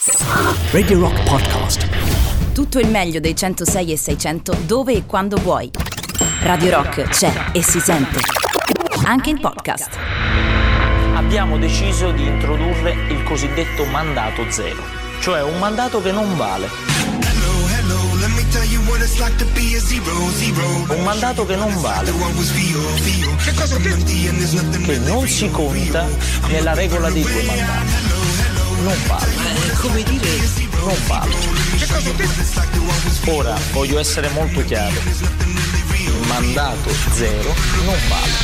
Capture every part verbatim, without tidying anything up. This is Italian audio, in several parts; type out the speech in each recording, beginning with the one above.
Radio Rock Podcast. Tutto il meglio dei centosei e seicento dove e quando vuoi. Radio Rock c'è e si sente anche in podcast. Abbiamo deciso di introdurre il cosiddetto mandato zero, cioè un mandato che non vale. Un mandato che non vale, che non si conta nella regola dei due mandati. Non vale. È come dire, non vale. Ora voglio essere molto chiaro. Il mandato zero non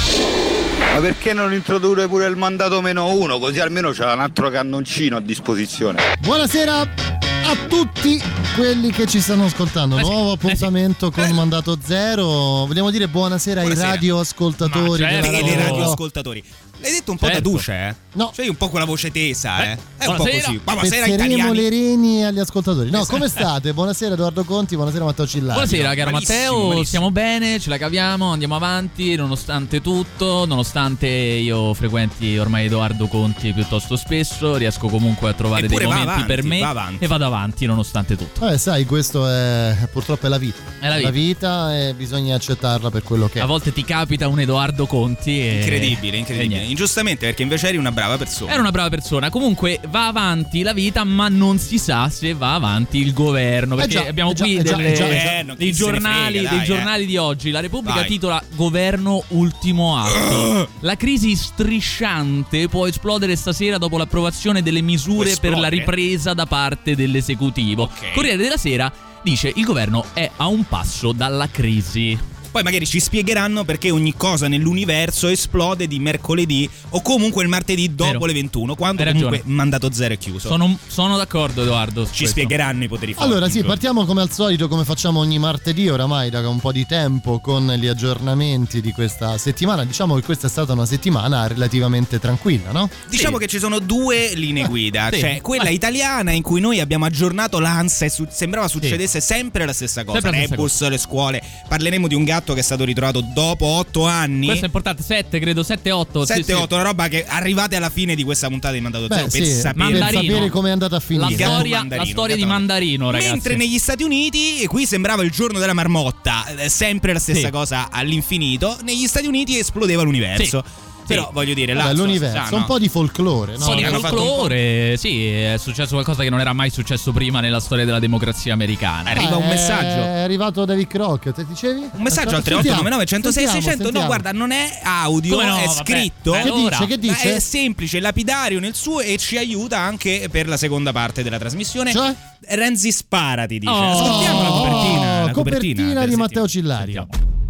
vale. Ma perché non introdurre pure il mandato meno uno? Così almeno c'è un altro cannoncino a disposizione. Buonasera a tutti quelli che ci stanno ascoltando. Nuovo appuntamento con Mandato Zero. Vogliamo dire buonasera, buonasera. ai radioascoltatori. Ma certo. della Dei radio. radioascoltatori. L'hai detto un po' Certo. da duce, eh? No. C'hai un po' quella voce tesa, eh? È un Buonasera. po' così. Ma buonasera Pezzeremo italiani. le reni agli ascoltatori. No, Esatto. come state? Buonasera Edoardo Conti, buonasera Matteo Cillario. Buonasera caro Malissimo, Matteo, malissimo. stiamo bene, ce la caviamo, andiamo avanti nonostante tutto, nonostante io frequenti ormai Edoardo Conti piuttosto spesso, riesco comunque a trovare Eppure dei va momenti avanti, per me va avanti. e vado avanti nonostante tutto. Eh, sai, questo è purtroppo è la vita. È la vita. e bisogna accettarla per quello che è. A volte ti capita un Edoardo Conti e... Incredibile, e incredibile. niente. Ingiustamente, perché invece eri una brava persona. Era una brava persona, comunque va avanti la vita, ma non si sa se va avanti il governo, perché Eh già, abbiamo eh già, qui eh già, delle- eh già, eh già. Eh, no, chi dei se ne giornali, frega, dei dai, giornali eh. di oggi. La Repubblica Vai. titola Governo ultimo atto. La crisi strisciante può esplodere stasera dopo l'approvazione delle misure Può per la esplodere? ripresa da parte dell'esecutivo. Ok. Corriere della Sera dice il governo è a un passo dalla crisi. Poi magari ci spiegheranno perché ogni cosa nell'universo esplode di mercoledì o comunque il martedì dopo Vero. le ventuno, quando Hai comunque ragione. mandato zero è chiuso. Sono, sono d'accordo Edoardo su Ci questo. spiegheranno i poteri forti. Allora sì, insomma. partiamo come al solito, come facciamo ogni martedì oramai da un po' di tempo, con gli aggiornamenti di questa settimana. Diciamo che questa è stata una settimana relativamente tranquilla, no? Diciamo Sì. che ci sono due linee guida, Sì. cioè quella Vai. italiana in cui noi abbiamo aggiornato l'ANSA e su- sembrava succedesse sempre la stessa cosa, Sempre la stessa Rebus, le scuole. Parleremo di un gatto che è stato ritrovato dopo otto anni. Questo è importante, sette credo, sette otto. sette otto, una roba che arrivate alla fine di questa puntata di Mandato Zero Beh, per sì, sapere. per Mandarino. sapere come è andata a La finire. gatto storia, mandarino, la storia gatto di Mandarino, ragazzi. Mentre negli Stati Uniti, qui sembrava il giorno della marmotta, eh, sempre la stessa Sì. cosa all'infinito. Negli Stati Uniti esplodeva l'universo. Però voglio dire, là Vabbè, so- l'universo, sa, no? un po' di folklore, no? Un po' di hanno fatto un po'. folklore, sì, è successo qualcosa che non era mai successo prima nella storia della democrazia americana. Arriva un Eh, messaggio. È arrivato David Crock, te dicevi? Un messaggio al tre Sentiamo, otto nove nove uno zero sei sentiamo, sei zero zero. No, sentiamo. guarda, non è audio, Come no? è Vabbè. scritto. Eh, Che allora. dice? Che dice? È semplice, lapidario nel suo e ci aiuta anche per la seconda parte della trasmissione. Cioè? Renzi sparati, dice. Oh. Ascoltiamo la copertina. La copertina copertina di per Matteo settimana. Cillario.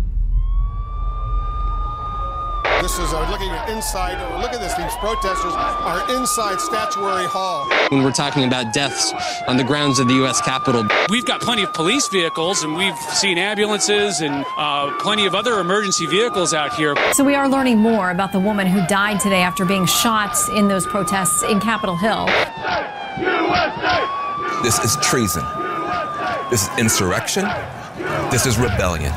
This is uh, looking at inside. Uh, look at this. These protesters are inside Statuary Hall. When we're talking about deaths on the grounds of the U S Capitol. We've got plenty of police vehicles, and we've seen ambulances and uh, plenty of other emergency vehicles out here. So we are learning more about the woman who died today after being shot in those protests in Capitol Hill. This is treason. This is insurrection. This is rebellion.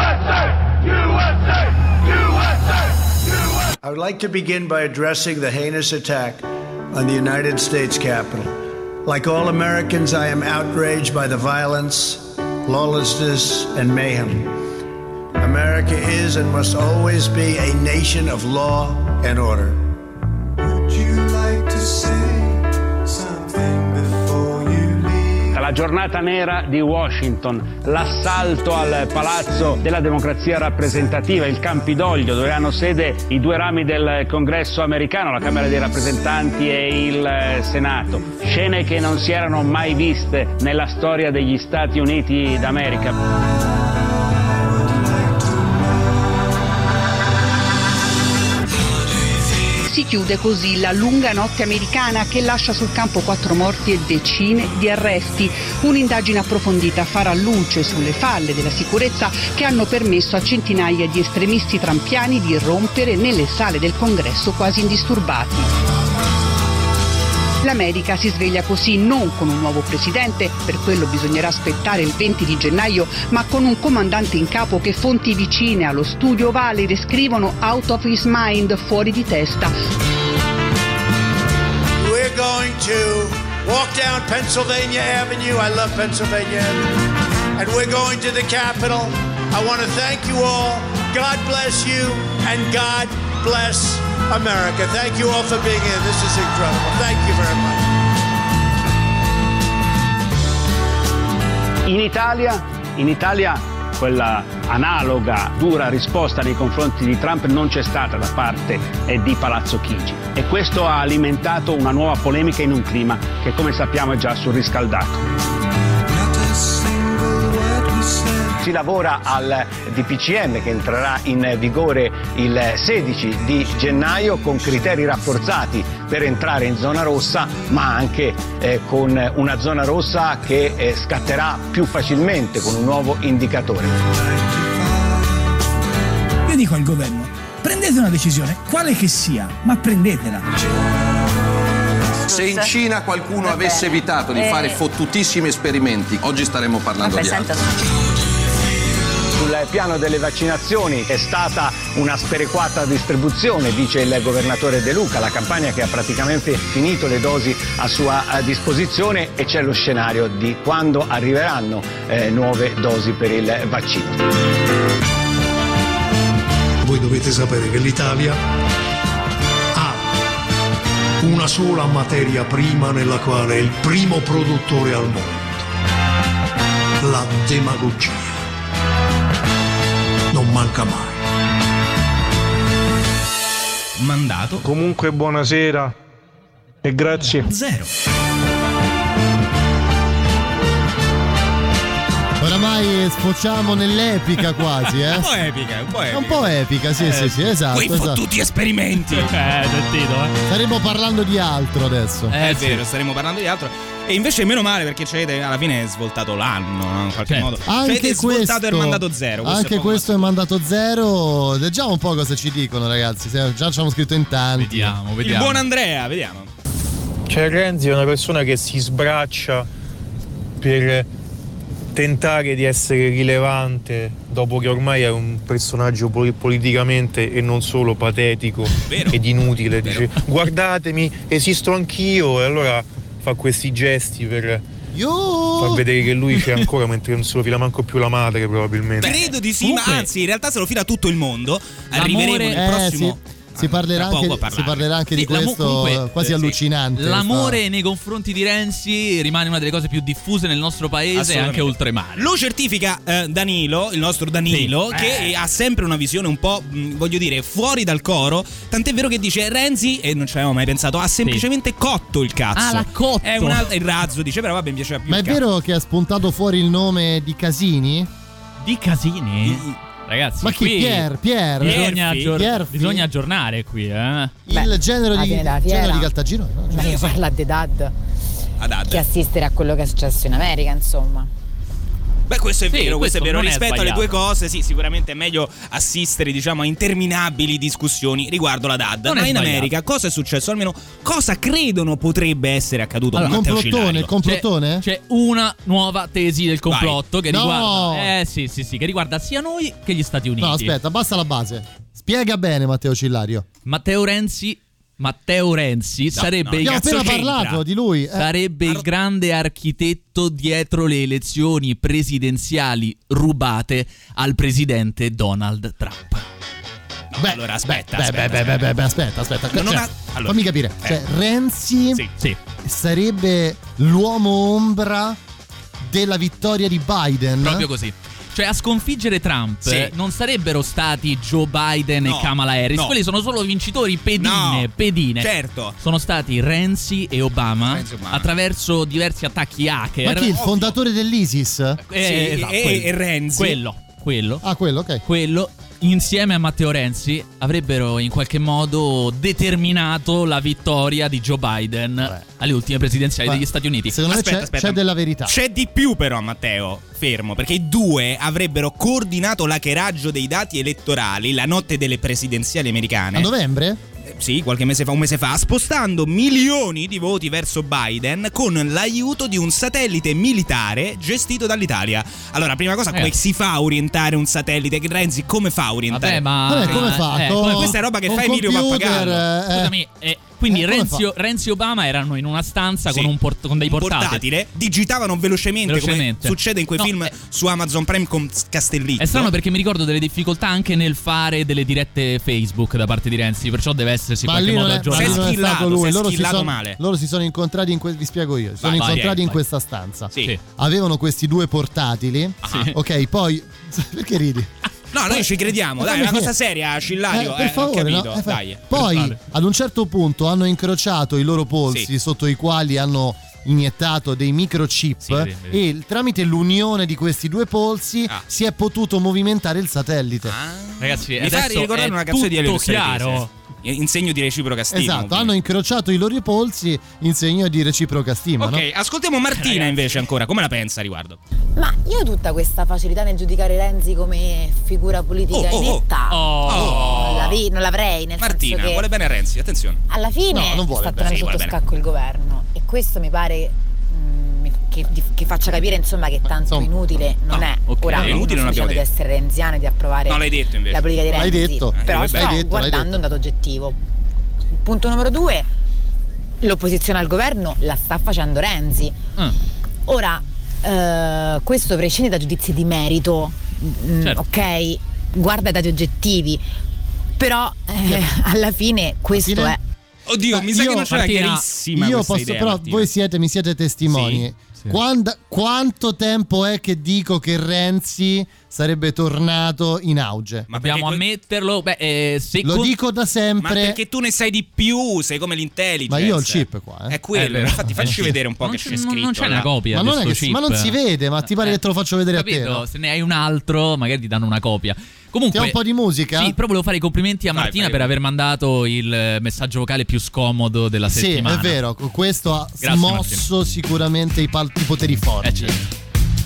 I would like to begin by addressing the heinous attack on the United States Capitol. Like all Americans, I am outraged by the violence, lawlessness, and mayhem. America is and must always be a nation of law and order. Would you like to say something before you leave? La giornata nera di Washington, l'assalto al Palazzo della Democrazia Rappresentativa, il Campidoglio, dove hanno sede i due rami del Congresso americano, la Camera dei Rappresentanti e il Senato. Scene che non si erano mai viste nella storia degli Stati Uniti d'America. Si chiude così la lunga notte americana che lascia sul campo quattro morti e decine di arresti. Un'indagine approfondita farà luce sulle falle della sicurezza che hanno permesso a centinaia di estremisti trumpiani di irrompere nelle sale del Congresso quasi indisturbati. L'America si sveglia così non con un nuovo presidente, per quello bisognerà aspettare il venti di gennaio, ma con un comandante in capo che fonti vicine allo studio ovale descrivono out of his mind, fuori di testa. We're going to walk down Pennsylvania Avenue. I love Pennsylvania Avenue. And we're going to the Capitol. I want to thank you all. God bless you and God bless America. Thank you all for being here. This is incredible. Thank you very much. In Italia, in Italia quella analoga dura risposta nei confronti di Trump non c'è stata da parte eh, di Palazzo Chigi, e questo ha alimentato una nuova polemica in un clima che, come sappiamo, è già surriscaldato. Si lavora al D P C M che entrerà in vigore il sedici di gennaio con criteri rafforzati per entrare in zona rossa, ma anche eh, con una zona rossa che eh, scatterà più facilmente con un nuovo indicatore. Io dico al governo, prendete una decisione, quale che sia, ma prendetela. Se in Cina qualcuno avesse evitato di fare fottutissimi esperimenti, oggi staremmo parlando di altro. Sul piano delle vaccinazioni è stata una sperequata distribuzione, dice il governatore De Luca, la campagna che ha praticamente finito le dosi a sua disposizione, e c'è lo scenario di quando arriveranno eh, nuove dosi per il vaccino. Voi dovete sapere che l'Italia ha una sola materia prima nella quale è il primo produttore al mondo: la demagogia. Non manca mai. Mandato. Comunque buonasera e grazie. Zero. Oramai sfociamo nell'epica quasi, eh? Un po' epica, un po' epica. Un po' epica, sì, eh, sì, sì, esatto. Quei esatto. fottuti esperimenti. Eh, sentito, eh. Staremo parlando di altro adesso. Eh, è sì. vero, staremo parlando di altro. E invece meno male, perché ci avete alla fine svoltato l'anno, no? In qualche Certo. modo. Anche ci avete questo, svoltato il mandato zero. Questo anche è questo è mandato zero. Leggiamo un po' cosa ci dicono, ragazzi. Già ci hanno scritto in tanti. Vediamo, vediamo. Il buon Andrea, vediamo. Cioè, Renzi è una persona che si sbraccia per tentare di essere rilevante dopo che ormai è un personaggio pol- politicamente e non solo patetico Vero. ed inutile. Dice guardatemi, esisto anch'io, e allora fa questi gesti per Io! far vedere che lui c'è ancora, mentre non se lo fila manco più la madre probabilmente. Credo di sì, Comunque, ma anzi in realtà se lo fila tutto il mondo. Arriveremo nel Eh, prossimo. sì. Si parlerà, Tra poco anche, a si parlare. parlerà anche Sì, di l'amo- questo, comunque, quasi eh, sì. allucinante. L'amore questa- nei confronti di Renzi rimane una delle cose più diffuse nel nostro paese e Assolutamente. anche oltremare. Lo certifica eh, Danilo, il nostro Danilo, Sì. che Eh. ha sempre una visione un po', mh, voglio dire, fuori dal coro. Tant'è vero che dice Renzi, e non ci avevamo mai pensato, ha semplicemente cotto il cazzo. Ah, l'ha cotto. È un altro, il razzo, dice, però vabbè, mi piaceva più Ma è il cazzo. vero che ha spuntato fuori il nome di Casini? Di Casini? Ragazzi, Ma chi? qui Pier? Pier? Bisogna, Pierfi? aggior- Pierfi? bisogna aggiornare qui, eh. Il genero alla di, fine della genero fiera. di Caltagirone? No? Ma io parlo di Dad Haddad. che assistere a quello che è successo in America, insomma. Beh, questo è Sì, vero, questo è questo vero. non è Rispetto alle due sbagliato. cose, sì, sicuramente è meglio assistere, diciamo, a interminabili discussioni riguardo la D A D. Non è Ma in sbagliato. America cosa è successo? Almeno cosa credono potrebbe essere accaduto Allora, a Matteo complottone, Cillario? complottone? C'è, c'è una nuova tesi del complotto che No! riguarda Eh sì, sì, sì, che riguarda sia noi che gli Stati Uniti. No, aspetta, basta la base. Spiega bene, Matteo Cillario. Matteo Renzi Matteo Renzi sarebbe no, il Abbiamo appena c'entra? parlato di lui. eh. sarebbe il grande architetto dietro le elezioni presidenziali rubate al presidente Donald Trump. No, Beh, allora aspetta, beh, aspetta, beh, beh, beh, beh, aspetta, aspetta. No, non Cioè, ha- allora, fammi capire. eh. Cioè, Renzi Sì. Sì. sarebbe l'uomo ombra della vittoria di Biden. Proprio così. Cioè a sconfiggere Trump Sì. non sarebbero stati Joe Biden No, e Kamala Harris. no. Quelli sono solo vincitori pedine, No, pedine. certo. Sono stati Renzi e Obama, Renzi e Obama. attraverso diversi attacchi hacker. Ma chi? Il fondatore dell'ISIS? Eh, Sì, esatto, e- quello. e Renzi. Quello, quello. Ah, quello, ok. Quello insieme a Matteo Renzi avrebbero in qualche modo determinato la vittoria di Joe Biden alle ultime presidenziali Guarda, degli Stati Uniti. Secondo Aspetta, me c'è, aspetta. c'è della verità. C'è di più però, Matteo, fermo, perché i due avrebbero coordinato l'hackeraggio dei dati elettorali la notte delle presidenziali americane. A novembre? Eh, Sì, qualche mese fa, un mese fa, spostando milioni di voti verso Biden con l'aiuto di un satellite militare gestito dall'Italia. Allora, prima cosa, come Eh. si fa a orientare un satellite? Che Renzi come fa a orientare? Vabbè, ma Vabbè, come fa? eh, Con- come- Questa è roba che con fa Emilio computer, Pappagallo. eh, Scusami, eh, Quindi Eh, come Renzi, fa? Renzi e Obama erano in una stanza Sì. con, un port- con dei Un portatili. portatile, digitavano velocemente, Velocemente. come succede in quei No, film eh. su Amazon Prime con Castellitto. È strano perché mi ricordo delle difficoltà anche nel fare delle dirette Facebook da parte di Renzi, perciò deve essersi in Ma qualche lì non modo è, ma lì aggiornato. non è schillato, stato lui. si è Loro si, schillato sono, male. loro si sono incontrati in que- vi spiego io. Si sono Vai, vai, incontrati in vai. questa stanza. Sì. Avevano questi due portatili. Sì. Ok, poi perché ridi? No, noi ci crediamo, dai, è una cosa seria, Cillario. Eh, per eh, favore, ho capito, no? Eh, fa- dai. Poi ad un certo punto hanno incrociato i loro polsi, Sì. sotto i quali hanno iniettato dei microchip, Sì, vedi, vedi. e tramite l'unione di questi due polsi Ah. si è potuto movimentare il satellite. Ragazzi, Mi fa adesso ricordare è una canzone di Elio tutto chiaro. in segno di reciproca stima. Esatto, ovviamente. hanno incrociato i loro polsi in segno di reciproca stima. Ok, no? ascoltiamo Martina invece ancora, come la pensa a riguardo? Ma io tutta questa facilità nel giudicare Renzi come figura politica Oh, oh, oh. inetta Oh. non, l'avrei- non l'avrei, nel Martina, senso che vuole bene Renzi, attenzione. alla fine No, non vuole sta bene. tenendo Sì, sotto vuole bene. scacco il governo e questo mi pare mm, che, di- che faccia capire insomma che tanto insomma, inutile non no, è. ok, Ora inutile non sto abbiamo dicendo di detto. essere renziano e di approvare No, l'hai detto invece. la politica di L'hai Renzi, detto. però Eh, sto l'hai detto, l'hai guardando detto. un dato oggettivo. Punto numero due, l'opposizione al governo la sta facendo Renzi. Ah. Ora, eh, questo prescinde da giudizi di merito, mm, Certo. ok? Guarda i dati oggettivi, però eh, alla fine questo Alla fine- è. Oddio, mi sa Io- che non c'era Martina, chiarissima Io questa posso, idea, però Martina. voi siete, mi siete testimoni. Sì. Quando- quanto tempo è che dico che Renzi sarebbe tornato in auge? Ma Dobbiamo perché que- ammetterlo. Beh, eh, se Lo con- dico da Ma sempre. perché tu ne sai di più, sei come l'intelligence. Ma io ho il chip qua, eh. È quello, È vero. infatti facci Eh, vedere un po' non che c'è- c'è non- scritto. Non c'è là. una copia Ma di non, è sto che si, chip. ma non si vede, ma ti pare Eh, che te lo faccio vedere capito? a te? No? Se ne hai un altro, magari ti danno una copia. Comunque, Ti ha un po' di musica? Sì, però volevo fare i complimenti a Vai, Martina vai, per vai. aver mandato il eh, messaggio vocale più scomodo della Sì, settimana. è vero, con questo ha Grazie, smosso sicuramente i, pal- i poteri forti. Eh, certo.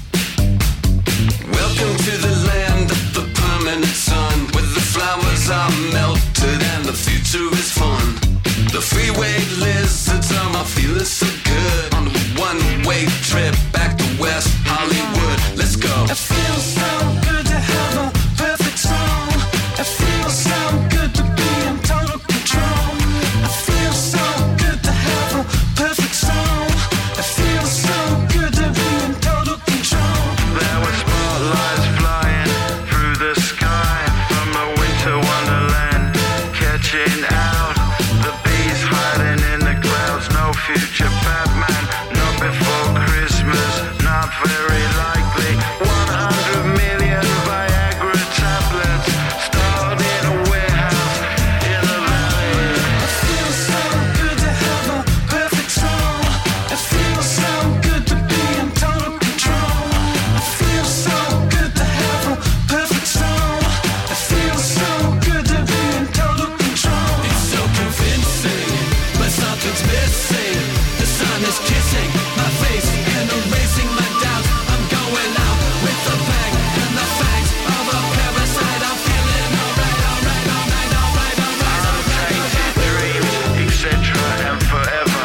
Welcome to the land of the permanent sun, where the flowers are melted and the future is fun. The freeway lizards are my feeling so good on a one-way trip back to West Hollywood. Let's go. It feels so good to have a perfect song. It feels so good to be in total control. It feels so good to have a perfect song. It feels so good to be in total control. There were spotlights flying through the sky from a winter wonderland, catching out the bees hiding in the clouds. No future Batman, not before Christmas, not very likely. one hundred million Viagra tablets stored in a warehouse in the valley. It feels so good to have a perfect song. It feels so good to be in total control. It feels so good to have a perfect song. It feels so good to be in total control. It's so convincing, but something's missing. The sun is kissing my face and erasing my doubts. I'm going out with the bang and the fangs of a parasite. I'm feeling alright, alright, alright, alright, alright, alright, alright. Dream, et cetera and forever.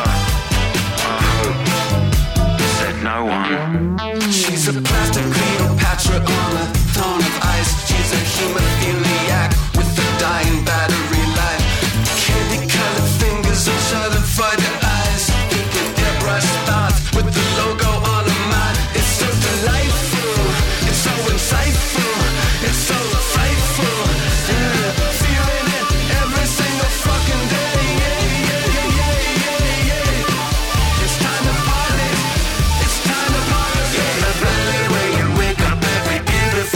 I hope, said no one. She's a plastic Cleopatra on a throne of ice. She's a hemophiliac with a dying battery life. Candy colored fingers and certified eyes. Thinking airbrush thoughts with the logo on her mind. It's so delightful. It's so insightful. It's so frightful. Yeah. Feeling it every single fucking day. Yeah, yeah, yeah, yeah, yeah, yeah. It's time to party. It's time to party. Yeah, the valley where you wake up every beautiful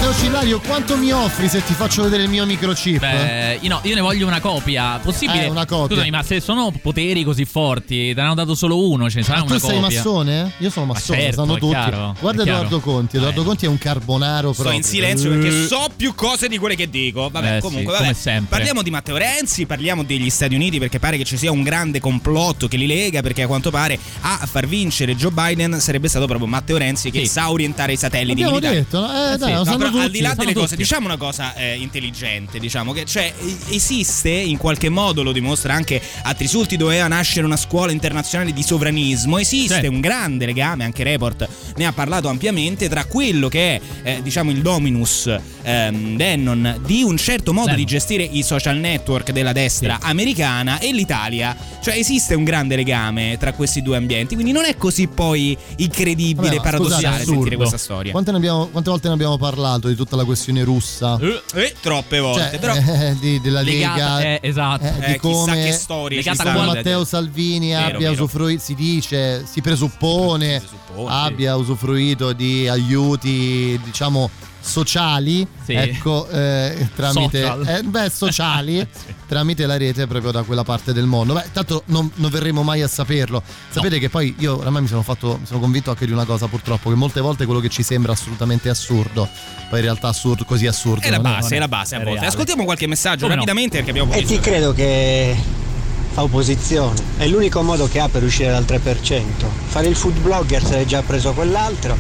Carlo Cillario, quanto mi offri se ti faccio vedere il mio microchip? Beh, io, no, io ne voglio una copia. Possibile? Eh, una copia. Scusami, ma se sono poteri così forti, te ne hanno dato solo uno, ce ne sarà Ma una tu sei copia. massone? Io sono massone, Ma certo, sanno è tutti. chiaro, Guarda è chiaro. Edoardo Conti, Edoardo Conti è un carbonaro Sto proprio. in silenzio perché so più cose di quelle che dico. Vabbè, Eh, comunque, sì, vabbè. come sempre. Parliamo di Matteo Renzi, parliamo degli Stati Uniti perché pare che ci sia un grande complotto che li lega, perché a quanto pare a far vincere Joe Biden sarebbe stato proprio Matteo Renzi che Sì. sa orientare i satelliti Abbiamo militari. detto, no? Eh, Eh, dai, sì. lo No, sanno però tutti. al di là sanno delle cose, tutti. diciamo una cosa eh, intelligente, diciamo che cioè e- esiste in qualche modo, lo dimostra anche a Trisulti, doveva nascere una scuola internazionale di sovranismo, esiste Sì. un grande legame, anche Report ne ha parlato ampiamente, tra quello che è eh, diciamo il dominus ehm, Bannon di un certo modo Bannon. di gestire i social network della destra Sì. americana e l'Italia, cioè esiste un grande legame tra questi due ambienti, quindi non è così poi incredibile, Vabbè, ma paradossale scusate, sentire assurdo. questa storia. Quante, ne abbiamo, quante volte ne abbiamo parlato di tutta la questione russa? Eh, eh, troppe volte, Cioè, però eh, di- della Legata- Lega, eh, esatto. eh, Eh, di chissà come che storie ci legata a stanno. come quale- Matteo Salvini Vero, abbia vero. usufruito, si dice, si presuppone, Si presuppone, abbia usufruito di aiuti, diciamo, sociali, Sì. ecco, eh, tramite Social. eh, beh, sociali tramite la rete proprio da quella parte del mondo. Beh, tanto non, non verremo mai a saperlo. Sapete che poi io oramai mi sono fatto mi sono convinto anche di una cosa, purtroppo, che molte volte quello che ci sembra assolutamente assurdo, poi in realtà assurdo, così assurdo è la non è, base, non è è. la base a È volte. reale. Ascoltiamo qualche messaggio Come no? rapidamente perché abbiamo E pochissimo. ti credo che fa opposizione, è l'unico modo che ha per uscire dal tre per cento. Fare il food blogger se l'è già preso quell'altro,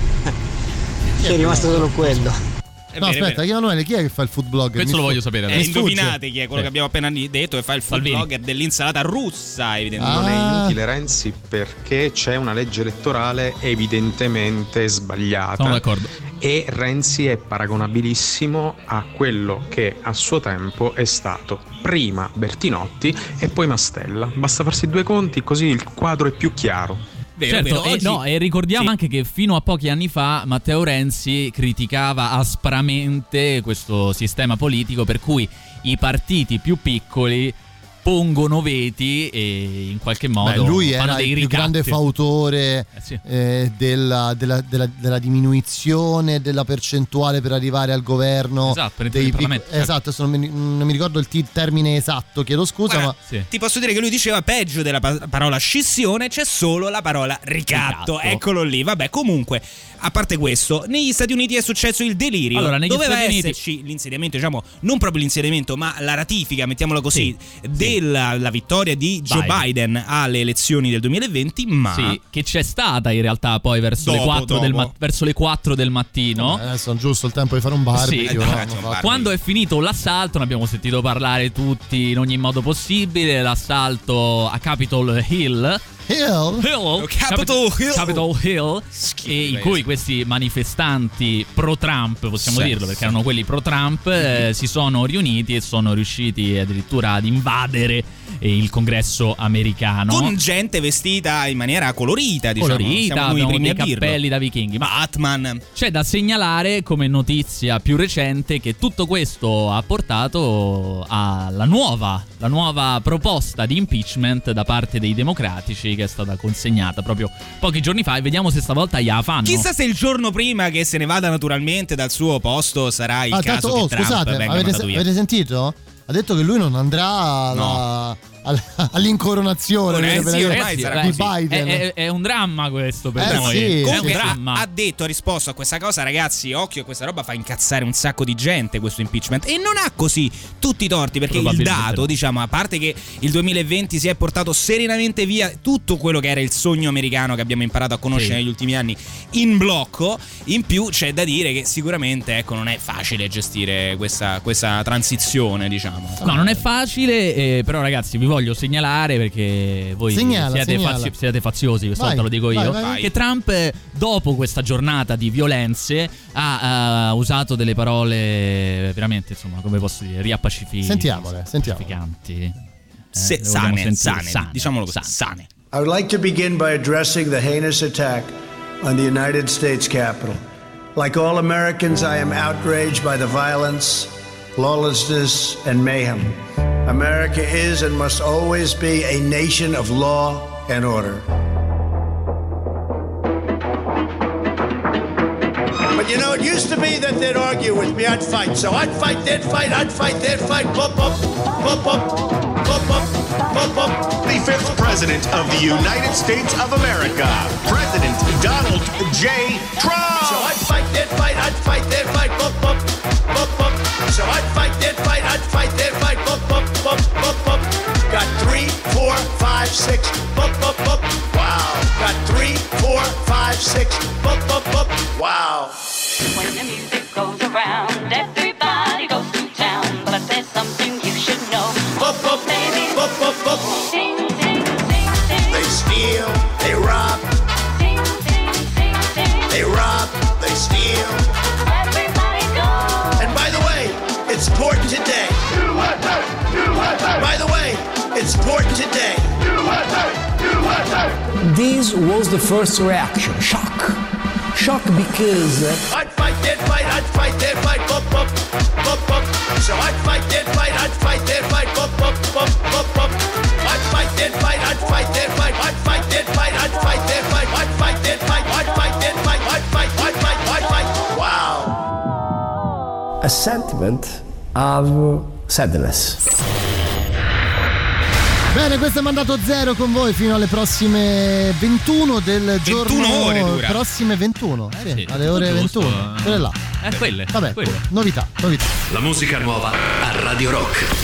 ci è rimasto solo quello. È No, vero, è aspetta, vero. Emanuele, chi è che fa il food blogger? Questo Mi lo voglio sfugge. sapere Eh, adesso. sfugge. indovinate chi è quello Sì. che abbiamo appena detto e fa il food Salvini. blogger dell'insalata russa, evidentemente. Ah. Non è inutile Renzi perché c'è una legge elettorale evidentemente sbagliata. Sono d'accordo. E Renzi è paragonabilissimo a quello che a suo tempo è stato prima Bertinotti e poi Mastella. Basta farsi due conti così il quadro è più chiaro. Vero, Certo, vero. e, Oggi- no, e ricordiamo Sì. anche che fino a pochi anni fa Matteo Renzi criticava aspramente questo sistema politico per cui i partiti più piccoli pongono veti e in qualche modo Beh, lui fanno era dei il più ricatti. grande fautore Eh sì. eh, della, della- della- della diminuzione della percentuale per arrivare al governo. Esatto, per entrare dei in pic- Parlamento, certo. Esatto, adesso non mi, non mi ricordo il t- termine esatto, chiedo scusa, Guarda, ma Sì. Ti posso dire che lui diceva peggio della pa- parola scissione c'è solo la parola ricatto. Ricatto. Eccolo lì. Vabbè, comunque, a parte questo, negli Stati Uniti è successo il delirio. Allora, negli Doveva Stati Uniti- esserci l'insediamento, diciamo, non proprio l'insediamento, ma la ratifica, mettiamola così, della la vittoria di Joe Biden. Biden. alle elezioni del duemilaventi, ma Sì, che c'è stata in realtà poi verso, le, Dopo, quattro del dopo. ma- verso le quattro del mattino. eh, adesso è giusto il tempo di fare un barbecue. Sì, no? eh, No, ragazzi, un no, barbecue. Quando è finito l'assalto, ne abbiamo sentito parlare tutti in ogni modo possibile. L'assalto a Capitol Hill. Hill? Hill, Capitol Hill. Capitol Hill, e in cui questi manifestanti pro-Trump, possiamo Sì, dirlo perché sì. erano quelli pro-Trump, eh, si sono riuniti e sono riusciti addirittura ad invadere eh, il congresso americano. con gente vestita in maniera colorita, diciamo. Colorita, Siamo noi i abbiamo primi dei a dirlo. cappelli da vichinghi. Ma Batman. c'è da segnalare come notizia più recente che tutto questo ha portato alla nuova, la nuova proposta di impeachment da parte dei democratici che è stata consegnata proprio pochi giorni fa e vediamo se stavolta gliela fanno. Chissà se il giorno prima che se ne vada naturalmente dal suo posto sarà il Ah, caso tanto, che oh, Trump scusate, venga avete, mandato via. avete sentito? Ha detto che lui non andrà alla, alla- all'incoronazione Oh, per- Renzi per- ormai di sarà di così. Biden. È, è- è un dramma questo per Eh, noi. sì, è un Comunque ha, dramma. ha detto, ha risposto a questa cosa, ragazzi, occhio, questa roba fa incazzare un sacco di gente, questo impeachment, e non ha così tutti i torti, perché il Probabilmente dato, no. diciamo, a parte che il duemilaventi si è portato serenamente via tutto quello che era il sogno americano che abbiamo imparato a conoscere Sì. negli ultimi anni in blocco, in più c'è da dire che sicuramente, ecco, non è facile gestire questa, questa transizione, diciamo. No, non è facile, eh, però ragazzi vi voglio segnalare perché voi Segnala, siete, segnala. fazi- siete faziosi, questa Vai, volta lo dico vai, io, vai, vai. che Trump eh, dopo questa giornata di violenze ha, ha usato delle parole veramente, insomma, come posso dire, riappacificanti. Sentiamole, sentiamole. Pacificanti. Se- Eh, le vogliamo sane, sentire? sane, diciamolo così, sane. I would like to begin by addressing the heinous attack on the United States Capitol. Like all Americans, I am outraged by the violence, lawlessness, and mayhem. America is and must always be a nation of law and order. But you know, it used used to be that they'd argue with me, I'd fight. So I'd fight, they'd fight, I'd fight, they'd fight. Bump, bump, bump, bump, bump, bump, bump, bump. The fifth president of the United States of America, President Donald J. Trump. So I'd fight, they'd fight, I'd fight, they'd fight. Bump, bump, bump, bump. So I'd fight, they'd fight, I'd fight, they'd fight. Bump, bump, bump, bump, bump. Got three, four, five, six. Bump, bump, bump. Wow. Got three, four, five, six. Bump, bump, bump. Wow. When the music goes around, everybody goes to town. But there's something you should know. Bump, bump, baby. Bump, bump, bump. Sing, sing, sing, sing. They steal, they rob. Sing, sing, sing, sing. They rob, they steal. Everybody go. And by the way, it's Port today. U S A, U S A. By the way, it's Port today. U S A, U S A. This was the first reaction, shock. Shock because I'd fight, they'd fight, I'd fight, they'd fight, bump, bump, bump, bump. So I'd fight, they'd fight, I'd fight, they'd fight, bump, bump, bump, bump, bump. I'd fight, they'd fight, I'd fight, they'd fight, I'd fight, they'd fight, I'd fight, they'd fight, I'd fight, they'd fight, I'd fight, they'd fight, I'd fight, I'd fight, I'd fight. Wow. a sentiment of sadness. Bene, questo è Mandato Zero con voi fino alle prossime ventuno del giorno. ventuno ore dura. Prossime ventuno, Eh sì, sì, alle ore giusto, ventuno. eh. Quelle là. Eh, quelle. Vabbè, quelle. novità, novità. La musica nuova a Radio Rock.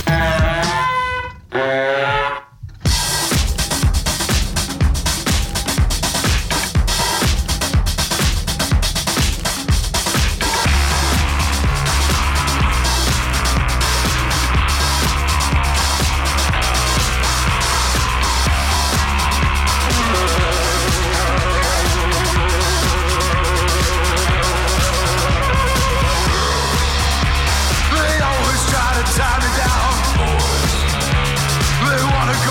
They always try to tie me down. They wanna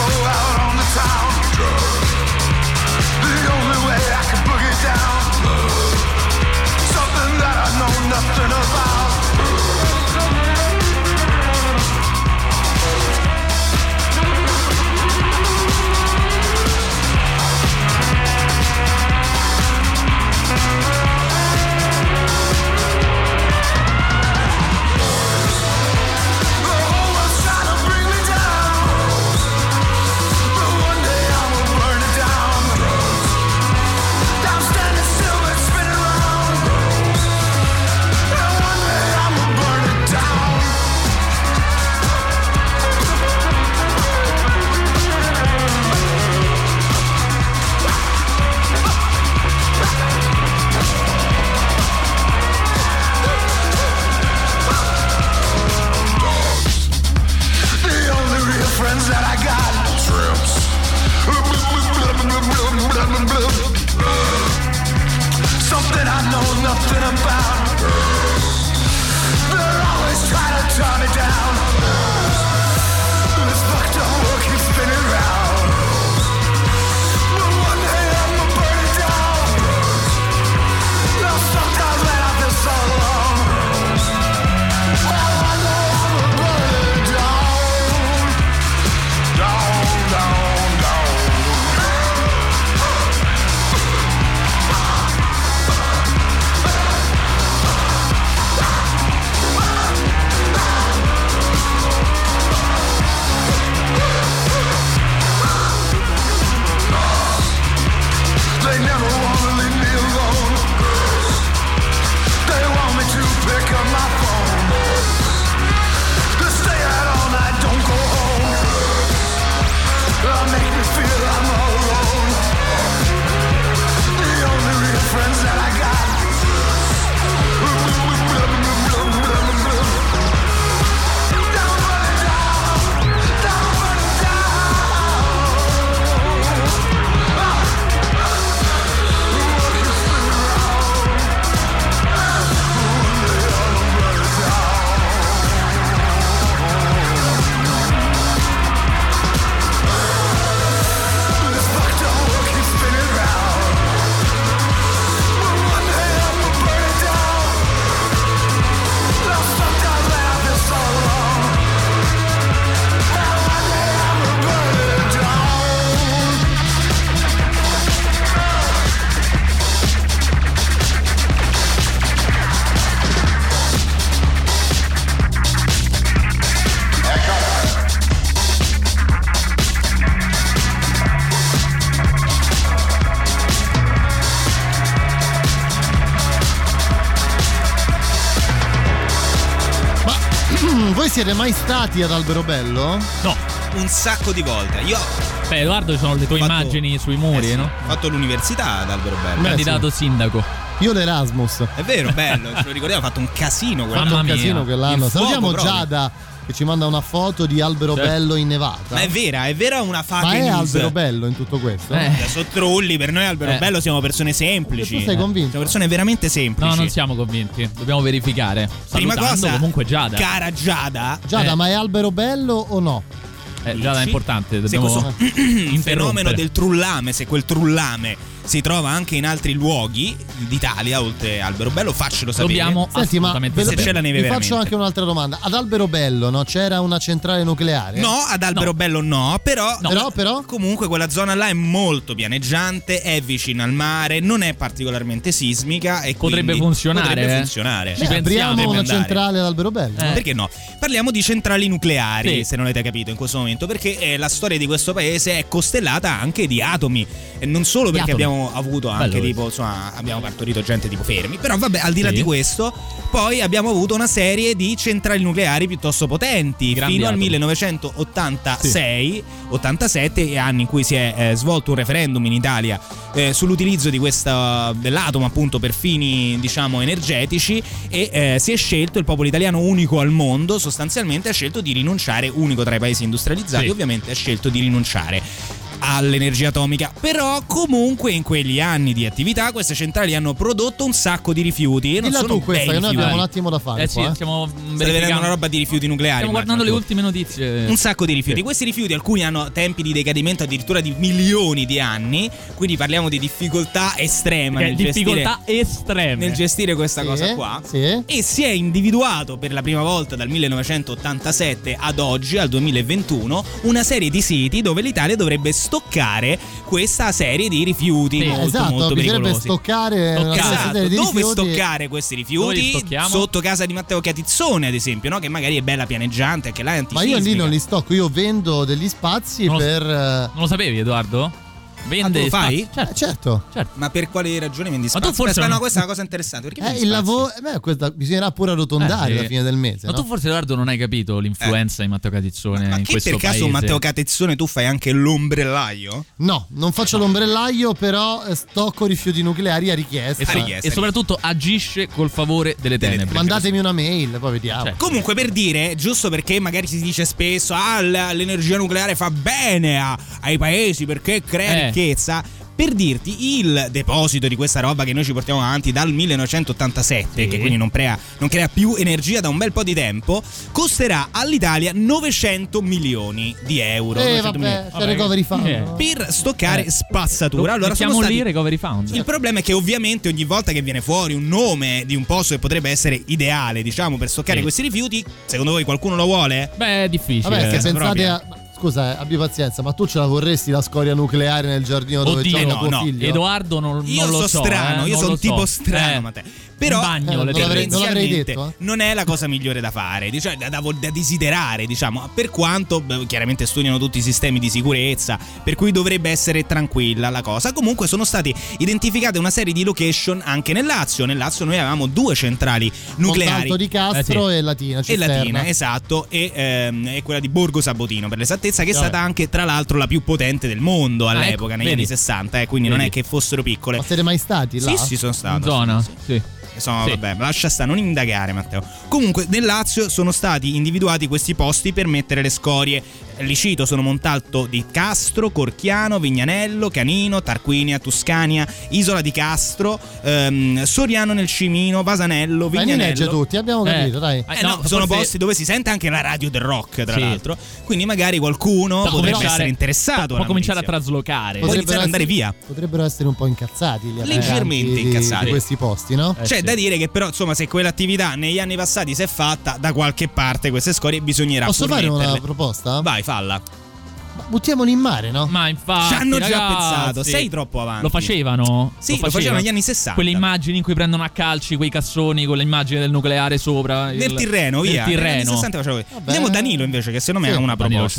Mm, voi siete mai stati ad Alberobello? No, un sacco di volte. Io Beh, Edoardo, ci sono le tue fatto, immagini sui muri, eh sì, no? Ho fatto l'università ad Alberobello. Candidato sì. sindaco. Io l'Erasmus. È vero, bello, ce lo ricordiamo, ha fatto un casino quell'anno. Fatto un casino quell'anno. Salutiamo proprio. Giada che ci manda una foto di Alberobello in nevata. Ma è vera, è vera una fake Ma è news. Alberobello in tutto questo? Eh. Sono trolli, per noi Alberobello Eh. siamo persone semplici. Tu sei convinto? Siamo persone veramente semplici. No, non siamo convinti. Dobbiamo verificare. Prima Salutando cosa, comunque Giada. cara Giada. Giada, Eh. ma è Alberobello o no? Eh, Giada è importante. Se Dobbiamo questo il fenomeno interrompere. del trullame, se quel trullame si trova anche in altri luoghi d'Italia oltre a Alberobello, faccelo sapere. Dobbiamo Senti, ma assolutamente se sapere. c'è la neve vi veramente. faccio anche un'altra domanda. Ad Alberobello, no? C'era una centrale nucleare? No, ad Alberobello no, però, No. Però, però? comunque quella zona là è molto pianeggiante, è vicina al mare, non è particolarmente sismica e Potrebbe quindi funzionare, Potrebbe eh. funzionare. Ci Beh, pensiamo, apriamo una andare. centrale ad Alberobello. Eh. Perché no? Parliamo di centrali nucleari, Sì. se non avete capito in questo momento, perché eh, la storia di questo paese è costellata anche di atomi e non solo perché atomi. abbiamo avuto anche Bello tipo, insomma, abbiamo partorito gente tipo Fermi, però vabbè, al di là Sì. di questo, poi abbiamo avuto una serie di centrali nucleari piuttosto potenti Grandi fino al atomi. millenovecentottantasei ottantasette, anni in cui si è eh, svolto un referendum in Italia eh, sull'utilizzo di questa dell'atomo appunto per fini diciamo energetici e eh, si è scelto, il popolo italiano unico al mondo sostanzialmente ha scelto di rinunciare, unico tra i paesi industrializzati Sì. ovviamente, ha scelto di rinunciare all'energia atomica, però comunque in quegli anni di attività queste centrali hanno prodotto un sacco di rifiuti e non Dilla sono tu questa, bei che noi rifiuti. abbiamo un attimo da fare Eh sì, qua, eh. stiamo State vedendo verificando. una roba di rifiuti nucleari. Stiamo guardando le immagino. ultime notizie. Un sacco di rifiuti. Sì. Questi rifiuti, alcuni hanno tempi di decadimento addirittura di milioni di anni. Quindi parliamo di difficoltà estrema Che nel difficoltà gestire, estreme. nel gestire questa Sì, cosa qua. sì. E si è individuato per la prima volta dal millenovecentottantasette ad oggi, al duemilaventuno, una serie di siti dove l'Italia dovrebbe stoccare questa serie di rifiuti Sì, molto esatto, molto bisognerebbe pericolosi. stoccare una Esatto. serie di Dove rifiuti. stoccare questi Dove li rifiuti? stocchiamo? Sotto casa di Matteo Catizzone, ad esempio, no? Che magari è bella pianeggiante, che là è Ma io antisismica. lì non li stocco, io vendo degli spazi Non lo- per... eh, Non lo sapevi, Edoardo? Vende Ah, tu lo fai? spazi. Certo. eh, certo. certo. Ma per quale ragione vendi Ma spazi? tu forse Aspetta, non- no, questa è una cosa interessante. Perché Eh, vendi il spazi? lavoro... Beh, questa bisognerà pure arrotondare Eh, alla fine del mese, Ma no? tu forse, Edoardo, non hai capito l'influenza di Matteo Catizzone Ma in che questo per caso paese. Matteo Catezzone tu fai anche l'ombrellaio? No, non faccio l'ombrellaio, però eh, stocco rifiuti nucleari a richiesta. E, so- A richiesta, e soprattutto agisce col favore delle Delle- tenebre. Mandatemi una mail, poi vediamo. Cioè, Comunque, per dire, giusto perché magari si dice spesso ah, l- l'energia nucleare fa bene a- ai paesi perché crea Eh. ricchezza. Per dirti, il deposito di questa roba che noi ci portiamo avanti dal millenovecentottantasette, Sì. che quindi non crea, non crea più energia da un bel po' di tempo, costerà all'Italia novecento milioni di euro. Eh, novecento vabbè, milioni. c'è recovery fund. Eh. no? Per stoccare Eh. spazzatura. Lo Allora sono mettiamo stati lì Recovery Fund. il problema è che ovviamente ogni volta che viene fuori un nome di un posto che potrebbe essere ideale, diciamo, per stoccare Sì. questi rifiuti, secondo voi qualcuno lo vuole? Beh, è difficile. Vabbè, se Eh, pensate proprio. a... ma Scusa, eh, abbi pazienza, ma tu ce la vorresti la scoria nucleare nel giardino dove Oddio, gioca no, tuo no. figlio? Edoardo non, non Io lo so so. strano, eh, io non sono lo tipo so. strano, Eh. ma te. Però In bagno, Eh, non le l'avrei- non l'avrei tendenzialmente detto, eh. non è la cosa migliore da fare, cioè da, da, da desiderare, diciamo, per quanto beh, chiaramente studiano tutti i sistemi di sicurezza, per cui dovrebbe essere tranquilla la cosa. Comunque sono state identificate una serie di location anche nel Lazio. Nel Lazio noi avevamo due centrali nucleari. Montalto di Castro Eh, sì. e Latina, E Cisterna. Latina, esatto, e, ehm, e quella di Borgo Sabotino per l'esattezza, che è Vabbè. stata anche tra l'altro la più potente del mondo all'epoca, ecco, negli vedi. anni sessanta, eh, quindi non Vedi. è che fossero piccole. Ma siete mai stati là? Sì, sì, sono stato. In zona. sì, sì. Sì. Sono, Sì. vabbè, lascia stare, non indagare, Matteo. Comunque, nel Lazio sono stati individuati questi posti per mettere le scorie. Li cito, sono Montalto di Castro, Corchiano, Vignanello, Canino, Tarquinia, Tuscania, Isola di Castro, ehm, Soriano nel Cimino, Vasanello, Dai, ne legge Vignanello. tutti, abbiamo capito, Eh. dai. Eh Eh, no, no, sono forse- posti dove si sente anche la radio del rock, tra Sì. l'altro. Quindi magari qualcuno Può potrebbe cominciare- essere interessato. Può alla cominciare a notizia. traslocare. Può iniziare ad andare essere- via. Potrebbero essere un po' incazzati gli Leggermente abitanti di- incazzati. di questi posti, no? Eh, C'è sì. da dire che però insomma se quell'attività negli anni passati si è fatta, da qualche parte queste scorie bisognerà Posso pur fare una metterle. proposta? Vai, falla. Ma buttiamoli in mare, no? Ma infatti, Ci hanno già ragazzi, pensato, sei troppo avanti. Lo facevano? Sì, lo facevano negli anni sessanta. Quelle immagini in cui prendono a calci quei cassoni con le immagini del nucleare sopra. Nel il- Tirreno, via. Nel Negli anni Tirreno. sessanta faceva così. Vediamo Danilo invece, che secondo me Sì, ha una Danilo proposta. ce l'ha.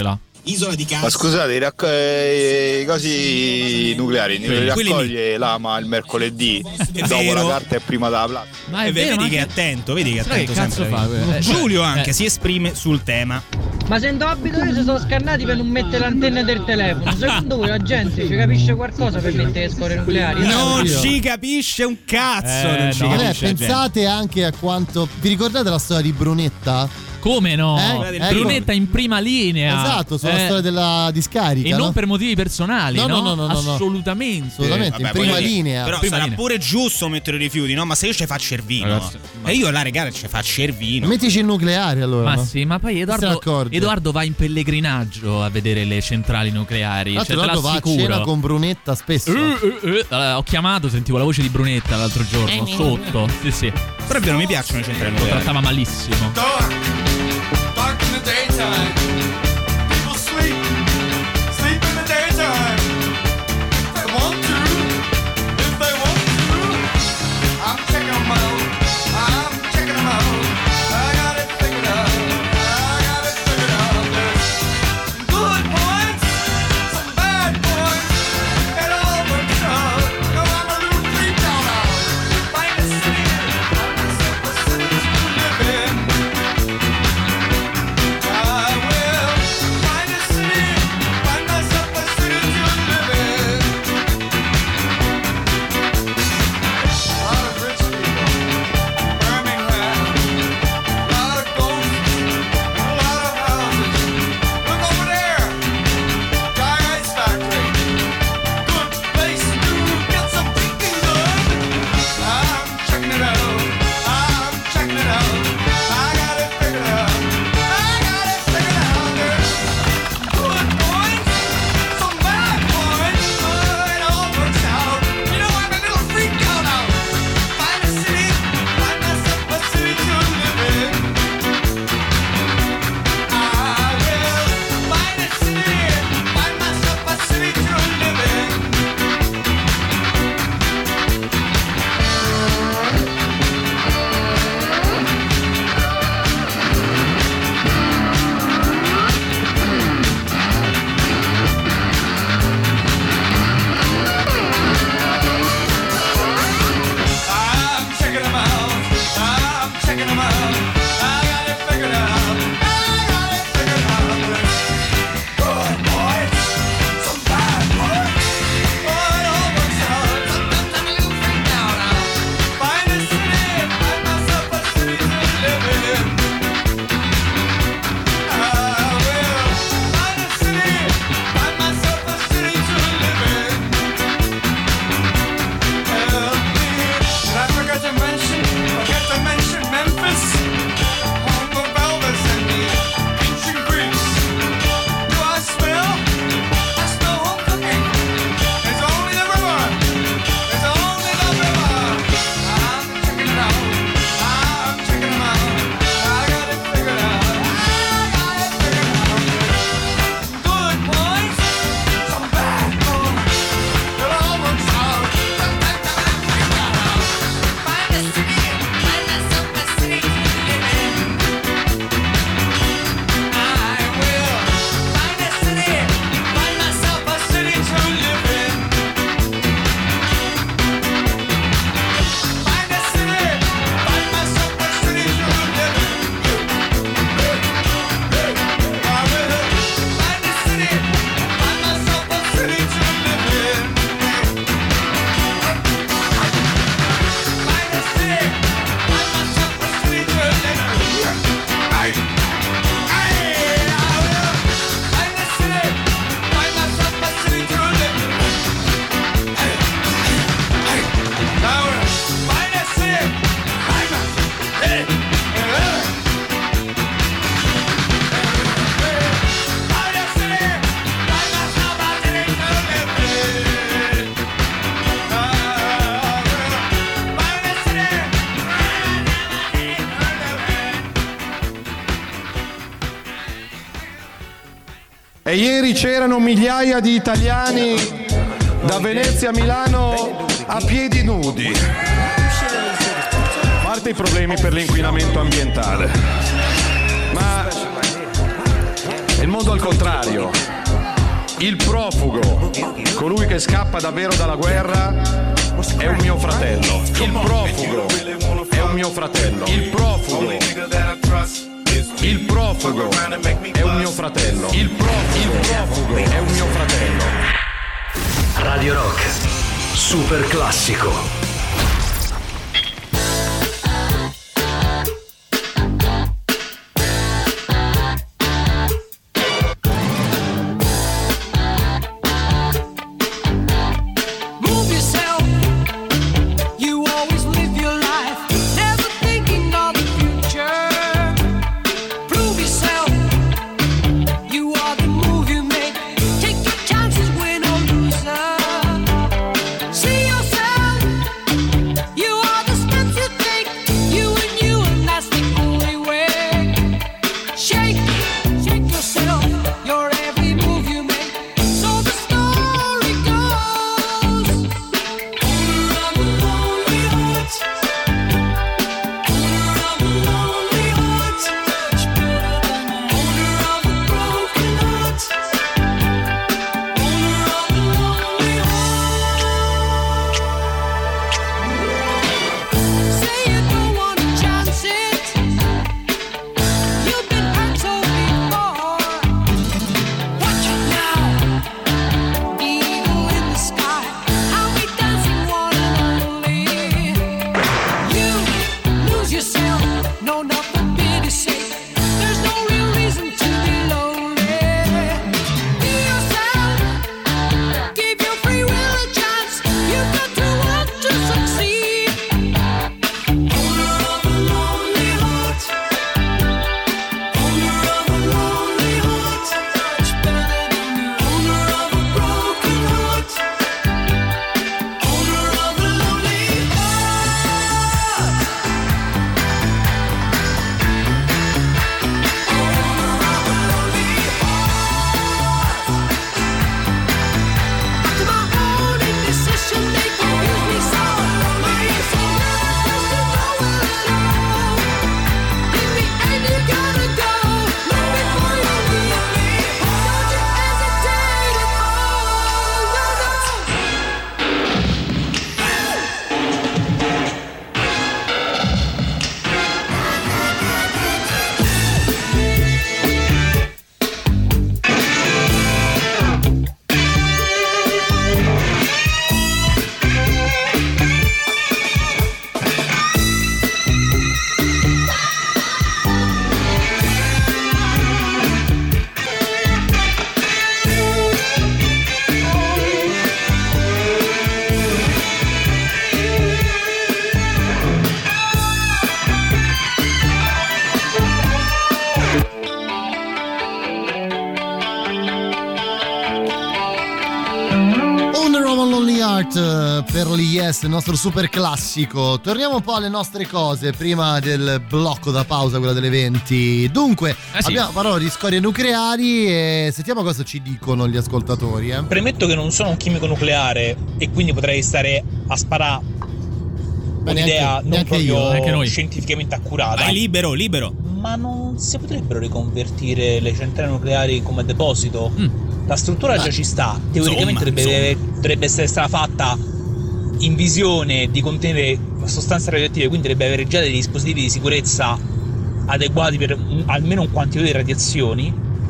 Isola di Cazzo. Ma scusate, i, racco- eh, i cosi nucleari li raccoglie l'Ama il mercoledì dopo vero. la carta e prima della plastica. Ma è vero, vedi che è attento, vedi che è attento che cazzo sempre. fa? Eh, Giulio eh. anche si esprime sul tema. Ma se in abito io si sono scannati per non mettere l'antenna del telefono. Secondo voi la gente ci capisce qualcosa per mettere le scorie nucleari? Non ci capisce un cazzo, Eh, non ci no. Vabbè, capisce la gente. pensate anche a quanto. Vi ricordate la storia di Brunetta? Come no? Eh? Eh, Brunetta in prima linea. Esatto, sulla Eh, storia della discarica. E non no? per motivi personali, No, no? no, no, no, no. Assolutamente. Assolutamente, in prima linea. Però Prima sarà linea. pure giusto mettere i rifiuti, no? Ma se io ci faccio il vino, Ragazzi, e io là, regà, ci faccio il vino. Mettici il nucleare allora. Ma no? sì, ma poi Se ne Edoardo, accorge. Edoardo va in pellegrinaggio a vedere le centrali nucleari. Tra Cioè, l'altro te va a l'assicuro. cena con Brunetta spesso. Eh, eh, eh. Allora, ho chiamato, sentivo la voce di Brunetta l'altro giorno, sotto. Sì, sì. Però è vero, mi piacciono le centrali Lo nucleari. trattava malissimo. Dark in the daytime. People sleep, sleep in the daytime. If they want to, if they want to. I'm checking them out. I'm checking them out. I got it figured out. I got it figured out. There's some good points, some bad points. It all works out. No, I'm a little freaked out now. Find a city, find myself a city to live in. I will find a city, find myself a city to live in. A lot of rich people, Birmingham, a lot of ghosts, a lot of houses. Look over there, Guy Ice Factory, good place to get some thinking done. I'm checking it out, I'm checking it out. I got it figured out. I got it figured out. There's good points, some bad points, but it all works out. You know, I'm a little freaked out now. Find a city, find myself a city to live in. I will find a city, find myself a city to live in. I'm checking them out. I'm checking them out. I got it figured out. I got it figured out. Good boys, some bad boys. Oh, it all works out. Sometimes I'm a little freaked out now. Find a city, find myself a city to live in. I will find a city, find myself a city to live in. Help me. Did I forget to mention, forget to mention Memphis? Home of Elvis and the ancient Greeks. Do I smell? I smell home cooking. There's only the river. There's only the river. I'm checking it out. I'm checking them out. I got it figured out. I got it figured out. Good points, some bad points. It all works out. Sometimes I'm freaked out now. Find a city, find myself a city to live in. I will find a city, find myself a city to live in. Find a city, find myself a city to live in. I will find a city, find myself a city to live in. Find a city, find myself a city to live in. I, I, I will find a city, find myself a city to live in. I, I, I will find a city, find myself a city to live in. Find a city, find myself a city to live in. I will find a city. E ieri c'erano migliaia di italiani da Venezia a Milano a piedi nudi. A parte i problemi per l'inquinamento ambientale, ma il mondo al contrario. Il profugo, colui che scappa davvero dalla guerra, è un mio fratello. Il profugo è un mio fratello. Il profugo. Il profugo è un mio fratello. Il profugo, il profugo è un mio fratello. Radio Rock, super classico. Per gli Yes, il nostro super classico. Torniamo un po' alle nostre cose prima del blocco da pausa, quella delle venti. Dunque, eh sì. abbiamo parlato di scorie nucleari e sentiamo cosa ci dicono gli ascoltatori. Eh. Premetto che non sono un chimico nucleare e quindi potrei stare a sparare un'idea non proprio io, scientificamente accurata. Vai libero, libero. Ma non si potrebbero riconvertire le centrali nucleari come deposito? Mm. La struttura già ci sta, teoricamente insomma, dovrebbe, insomma. dovrebbe essere stata fatta in visione di contenere sostanze radioattive, quindi dovrebbe avere già dei dispositivi di sicurezza adeguati per un, almeno un quantitativo di radiazioni.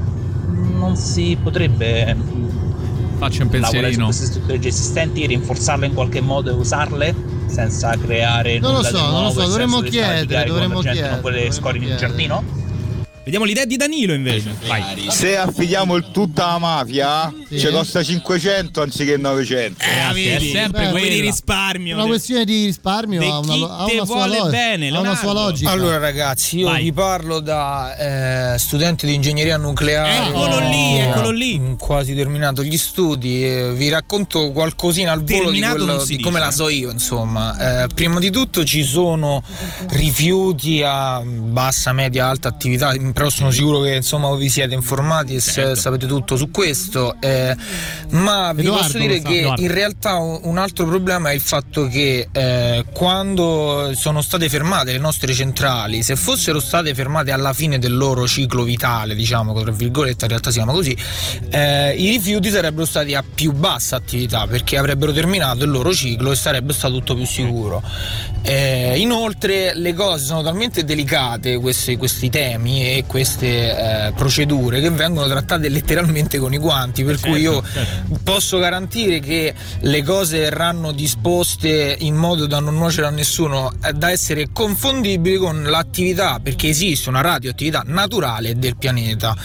Non si potrebbe Faccio un lavorare su pensierino. queste strutture già esistenti, rinforzarle in qualche modo e usarle senza creare Non lo nulla so, di nuovo, non lo so, nel dovremmo senso di stare a chiedere, litigare con dovremmo la gente, chiedere, non quelle dovremmo scorie in un chiedere. giardino. Vediamo l'idea di Danilo invece. Vai. Se affidiamo il tutta alla mafia, Sì. ci costa cinquecento anziché novecento. Eh, vedi, è sempre quelli di quella. risparmio. Una questione di risparmio De ha una, chi lo- ha te una sua vuole lo- bene, ha una Leonardo. sua logica. Allora ragazzi, io Vai. vi parlo da eh, studente di ingegneria nucleare. Eccolo lì, Ho eccolo lì. quasi terminato gli studi e vi racconto qualcosina al volo di, Terminato quello- non si di come dice. la so io, insomma. Eh, prima di tutto ci sono rifiuti a bassa, media, alta attività, in però sono sicuro che insomma vi siete informati e certo. sapete tutto su questo, eh, ma vi Edoardo posso dire sa, che Edoardo. in realtà un, un altro problema è il fatto che eh, quando sono state fermate le nostre centrali, se fossero state fermate alla fine del loro ciclo vitale, diciamo tra virgolette, in realtà si chiama così, eh, i rifiuti sarebbero stati a più bassa attività perché avrebbero terminato il loro ciclo e sarebbe stato tutto più sicuro. Eh, inoltre le cose sono talmente delicate, questi, questi temi e queste eh, procedure, che vengono trattate letteralmente con i guanti, per certo, cui io certo. posso garantire che le cose verranno disposte in modo da non nuocere a nessuno, eh, da essere confondibili con l'attività, perché esiste una radioattività naturale del pianeta.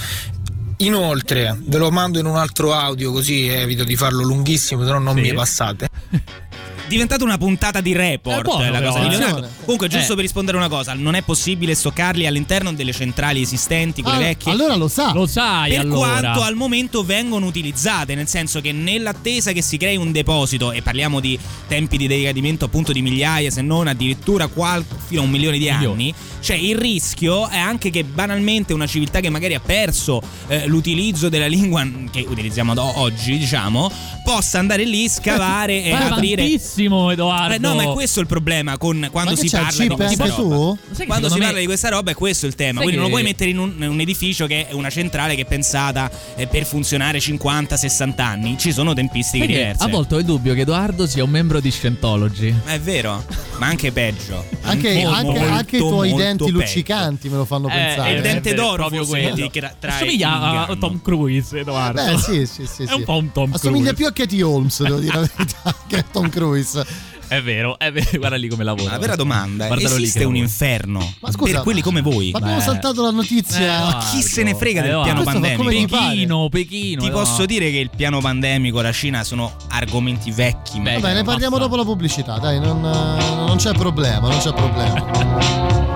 Inoltre ve lo mando in un altro audio così evito di farlo lunghissimo, se no non sì. mi passate. Diventata una puntata di report buono, la cosa però, di eh. Leonardo. Comunque, giusto Eh. per rispondere una cosa, non è possibile stoccarli all'interno delle centrali esistenti, quelle Ah, vecchie. allora lo sa. Lo sai, Per allora. quanto al momento vengono utilizzate, nel senso che nell'attesa che si crei un deposito, e parliamo di tempi di decadimento appunto di migliaia, se non addirittura qual- fino a un milione di anni, cioè il rischio è anche che banalmente una civiltà che magari ha perso eh, l'utilizzo della lingua che utilizziamo do- oggi, diciamo, possa andare lì, scavare e Ma è aprire. tantissimo, Edoardo. Eh, no, ma è questo il problema con quando Ma che si c'è il parla di chip questa anche roba. tu? Sai che Quando si secondo parla me- di questa roba è questo il tema. Sai Quindi non lo che- puoi mettere in un, in un edificio che è una centrale che è pensata eh, per funzionare cinquanta sessanta anni. Ci sono tempistiche Sai che diverse. a volte ho il dubbio che Edoardo sia un membro di Scientology. È vero, ma anche peggio. Anche, Molto, anche, molto, anche i tuoi molto denti peggio. luccicanti me lo fanno Eh, pensare. E il dente Eh, d'oro proprio forse quello. che tra, tra Assomiglia a inganno. Tom Cruise, Edoardo. Beh, sì, sì, sì. È sì. un po' un Tom Assomiglia Cruise. più a Katie Holmes, devo dire la verità, che a Tom Cruise. È vero, è vero, guarda lì come lavora. La vera domanda è: Guardalo lì esiste che un lavora. inferno Ma scusa, per quelli come voi? Ma abbiamo Beh. saltato la notizia. Eh, Chi se ne frega del Eh, piano questo fa pandemico? come gli pare. Pechino, Pechino. Ti no. posso dire che il piano pandemico, la Cina sono argomenti vecchi. Beh, Vabbè, ne parliamo basta. dopo la pubblicità, dai, non, non c'è problema, non c'è problema.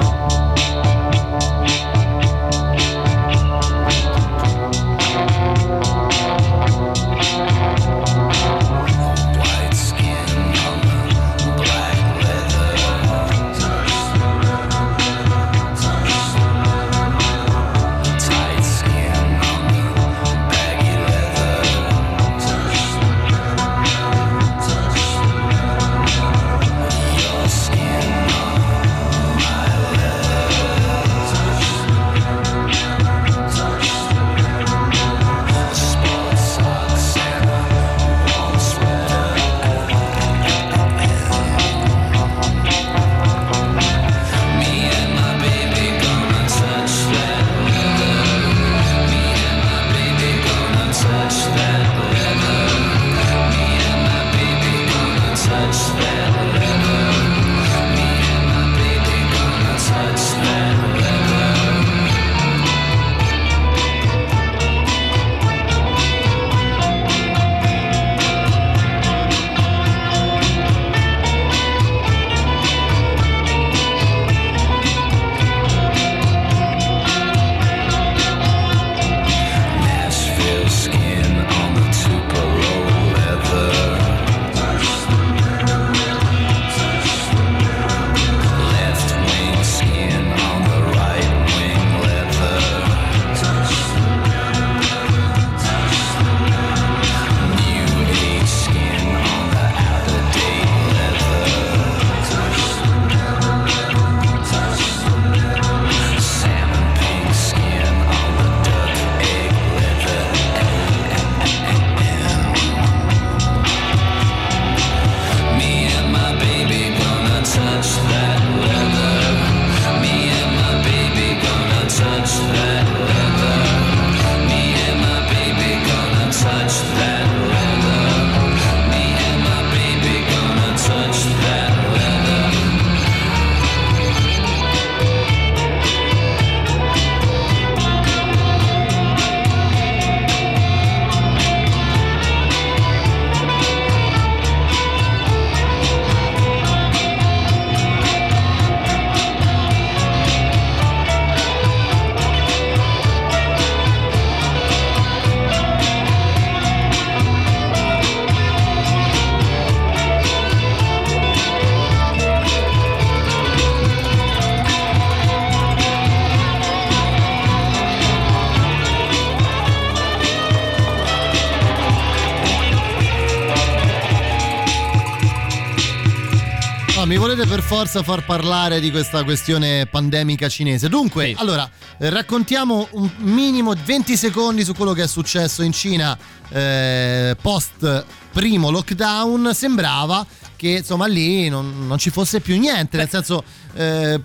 volete per forza far parlare di questa questione pandemica cinese. Dunque, sì. allora, eh, raccontiamo un minimo venti secondi su quello che è successo in Cina eh, post primo lockdown. Sembrava che insomma lì non, non ci fosse più niente, nel senso eh,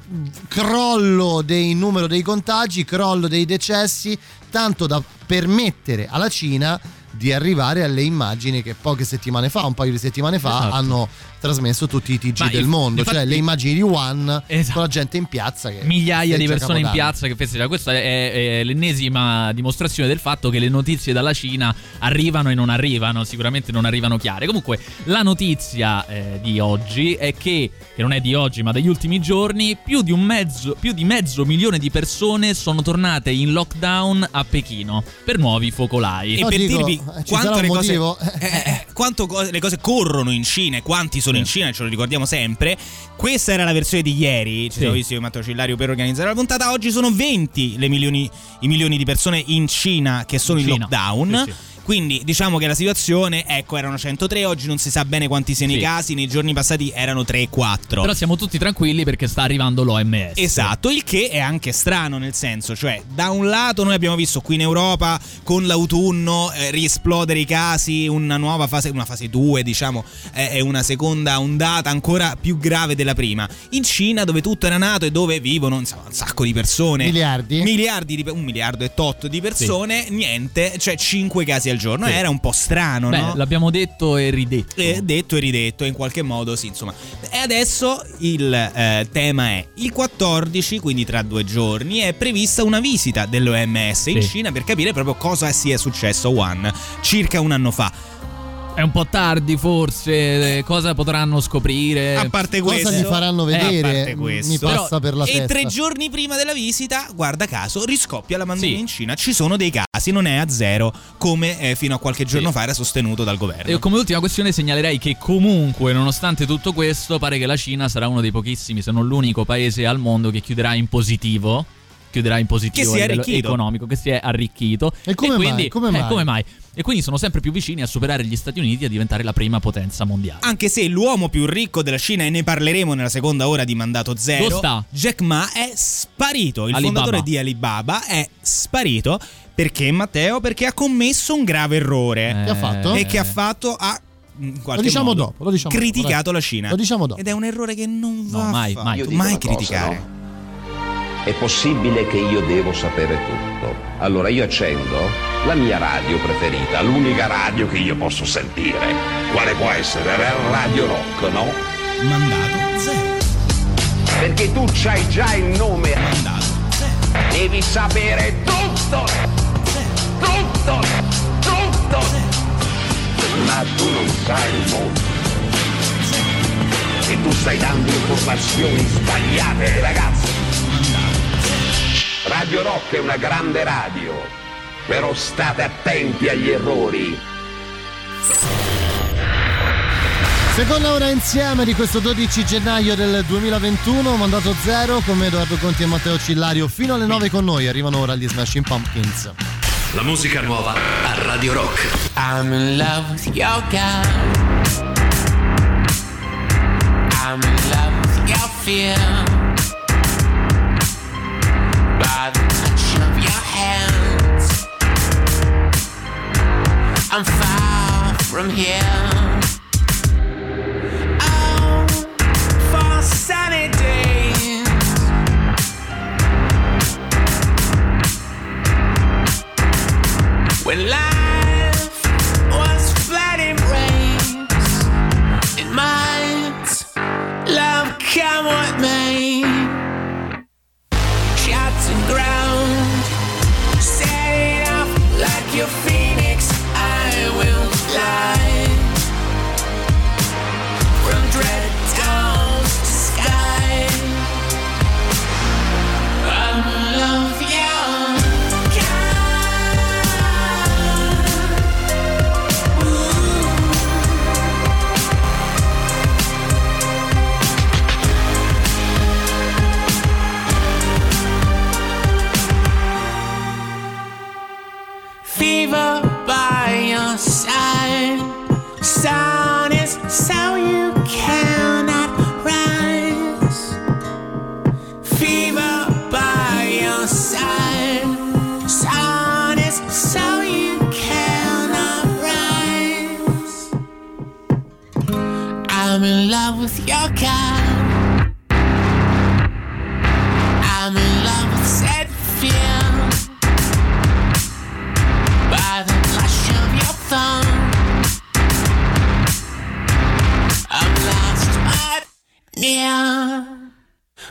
crollo del numero dei contagi, crollo dei decessi, tanto da permettere alla Cina di arrivare alle immagini che poche settimane fa, un paio di settimane fa, esatto. hanno trasmesso tutti i T G Ma del mondo, infatti, cioè le immagini di Wuhan, esatto. con la gente in piazza che migliaia di persone Capodanno. in piazza che festeggiano. Questa è, è l'ennesima dimostrazione del fatto che le notizie dalla Cina arrivano e non arrivano, sicuramente non arrivano chiare. Comunque la notizia eh, di oggi è che, che non è di oggi ma degli ultimi giorni, più di un mezzo più di mezzo milione di persone sono tornate in lockdown a Pechino per nuovi focolai. E no, per dico, dirvi ci quanto, sarà le un cose, motivo? eh, eh, quanto co- le cose corrono in Cina e quanti sono in Cina, ce lo ricordiamo sempre. Questa era la versione di ieri, ci Sì. siamo visti con Matteo Cillario per organizzare la puntata. Oggi sono venti le milioni, i milioni di persone in Cina che sono in, Cina. lockdown. Sì, sì. Quindi diciamo che la situazione, ecco, erano centotré, oggi non si sa bene quanti siano Sì. i casi, nei giorni passati erano tre quattro. Però siamo tutti tranquilli perché sta arrivando l'O M S. Esatto, il che è anche strano, nel senso, cioè da un lato noi abbiamo visto qui in Europa con l'autunno eh, riesplodere i casi, una nuova fase, una fase due diciamo, è eh, una seconda ondata ancora più grave della prima. In Cina, dove tutto era nato e dove vivono insomma, un sacco di persone, miliardi miliardi di, un miliardo e tot di persone, sì. niente, cioè cinque casi al giorno, sì. Era un po' strano. Beh, no? l'abbiamo detto e ridetto. Eh, detto e ridetto, in qualche modo sì, insomma. E adesso il eh, tema è il quattordici, quindi tra due giorni è prevista una visita dell'O M S in Sì. Cina per capire proprio cosa sia successo a Wuhan circa un anno fa. È un po' tardi forse, cosa potranno scoprire? A parte cosa questo, gli faranno vedere, eh, a parte questo. mi passa Però, per la e testa. tre giorni prima della visita, guarda caso, riscoppia la pandemia Sì. in Cina. Ci sono dei casi, non è a zero come eh, fino a qualche giorno Sì. fa era sostenuto dal governo. E come ultima questione segnalerei che comunque, nonostante tutto questo, pare che la Cina sarà uno dei pochissimi, se non l'unico paese al mondo che chiuderà in positivo. Chiuderà in positivo Che si è a livello arricchito. economico, che si è arricchito. E come mai? quindi, Come eh, mai? come mai? E quindi sono sempre più vicini a superare gli Stati Uniti e a diventare la prima potenza mondiale. Anche se l'uomo più ricco della Cina, e ne parleremo nella seconda ora di Mandato Zero, Dove sta? Jack Ma, è sparito. Il Alibaba. fondatore di Alibaba è sparito. Perché, Matteo? Perché ha commesso un grave errore. Che ha fatto? E che ha fatto a in qualche Lo diciamo modo dopo, lo diciamo criticato dopo, la Cina. Lo diciamo dopo. Ed è un errore che non No, va mai, fatto. mai. Io dico mai una cosa, criticare. no? È possibile che io devo sapere tutto. Allora io accendo la mia radio preferita, l'unica radio che io posso sentire. Quale può essere? La Radio Rock, no? Mandato Zero. Perché tu c'hai già il nome. Mandato Zero. Devi sapere tutto. Tutto. Tutto. Ma tu non sai molto. E tu stai dando informazioni sbagliate, ragazzi. Radio Rock è una grande radio, però state attenti agli errori. Seconda ora insieme di questo dodici gennaio del duemilaventuno, Mandato Zero con me Edoardo Conti e Matteo Cillario fino alle nove con noi. Arrivano ora gli Smashing Pumpkins. La musica nuova a Radio Rock. I'm in love with your girl. I'm in love with your fear. By the touch of your hands, I'm far from here. Oh, for sunny days, when life was flooding rains, it might love come what may. Shattered ground, setting off like your phoenix, I will fly from dread towns to sky. I love you.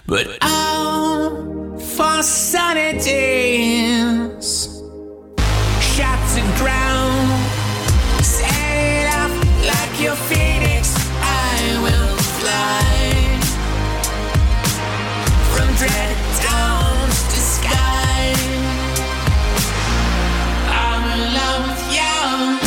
But all for sunny days. Shattered ground, sail off like your phoenix. I will fly from dread towns to sky. I'm in love with you.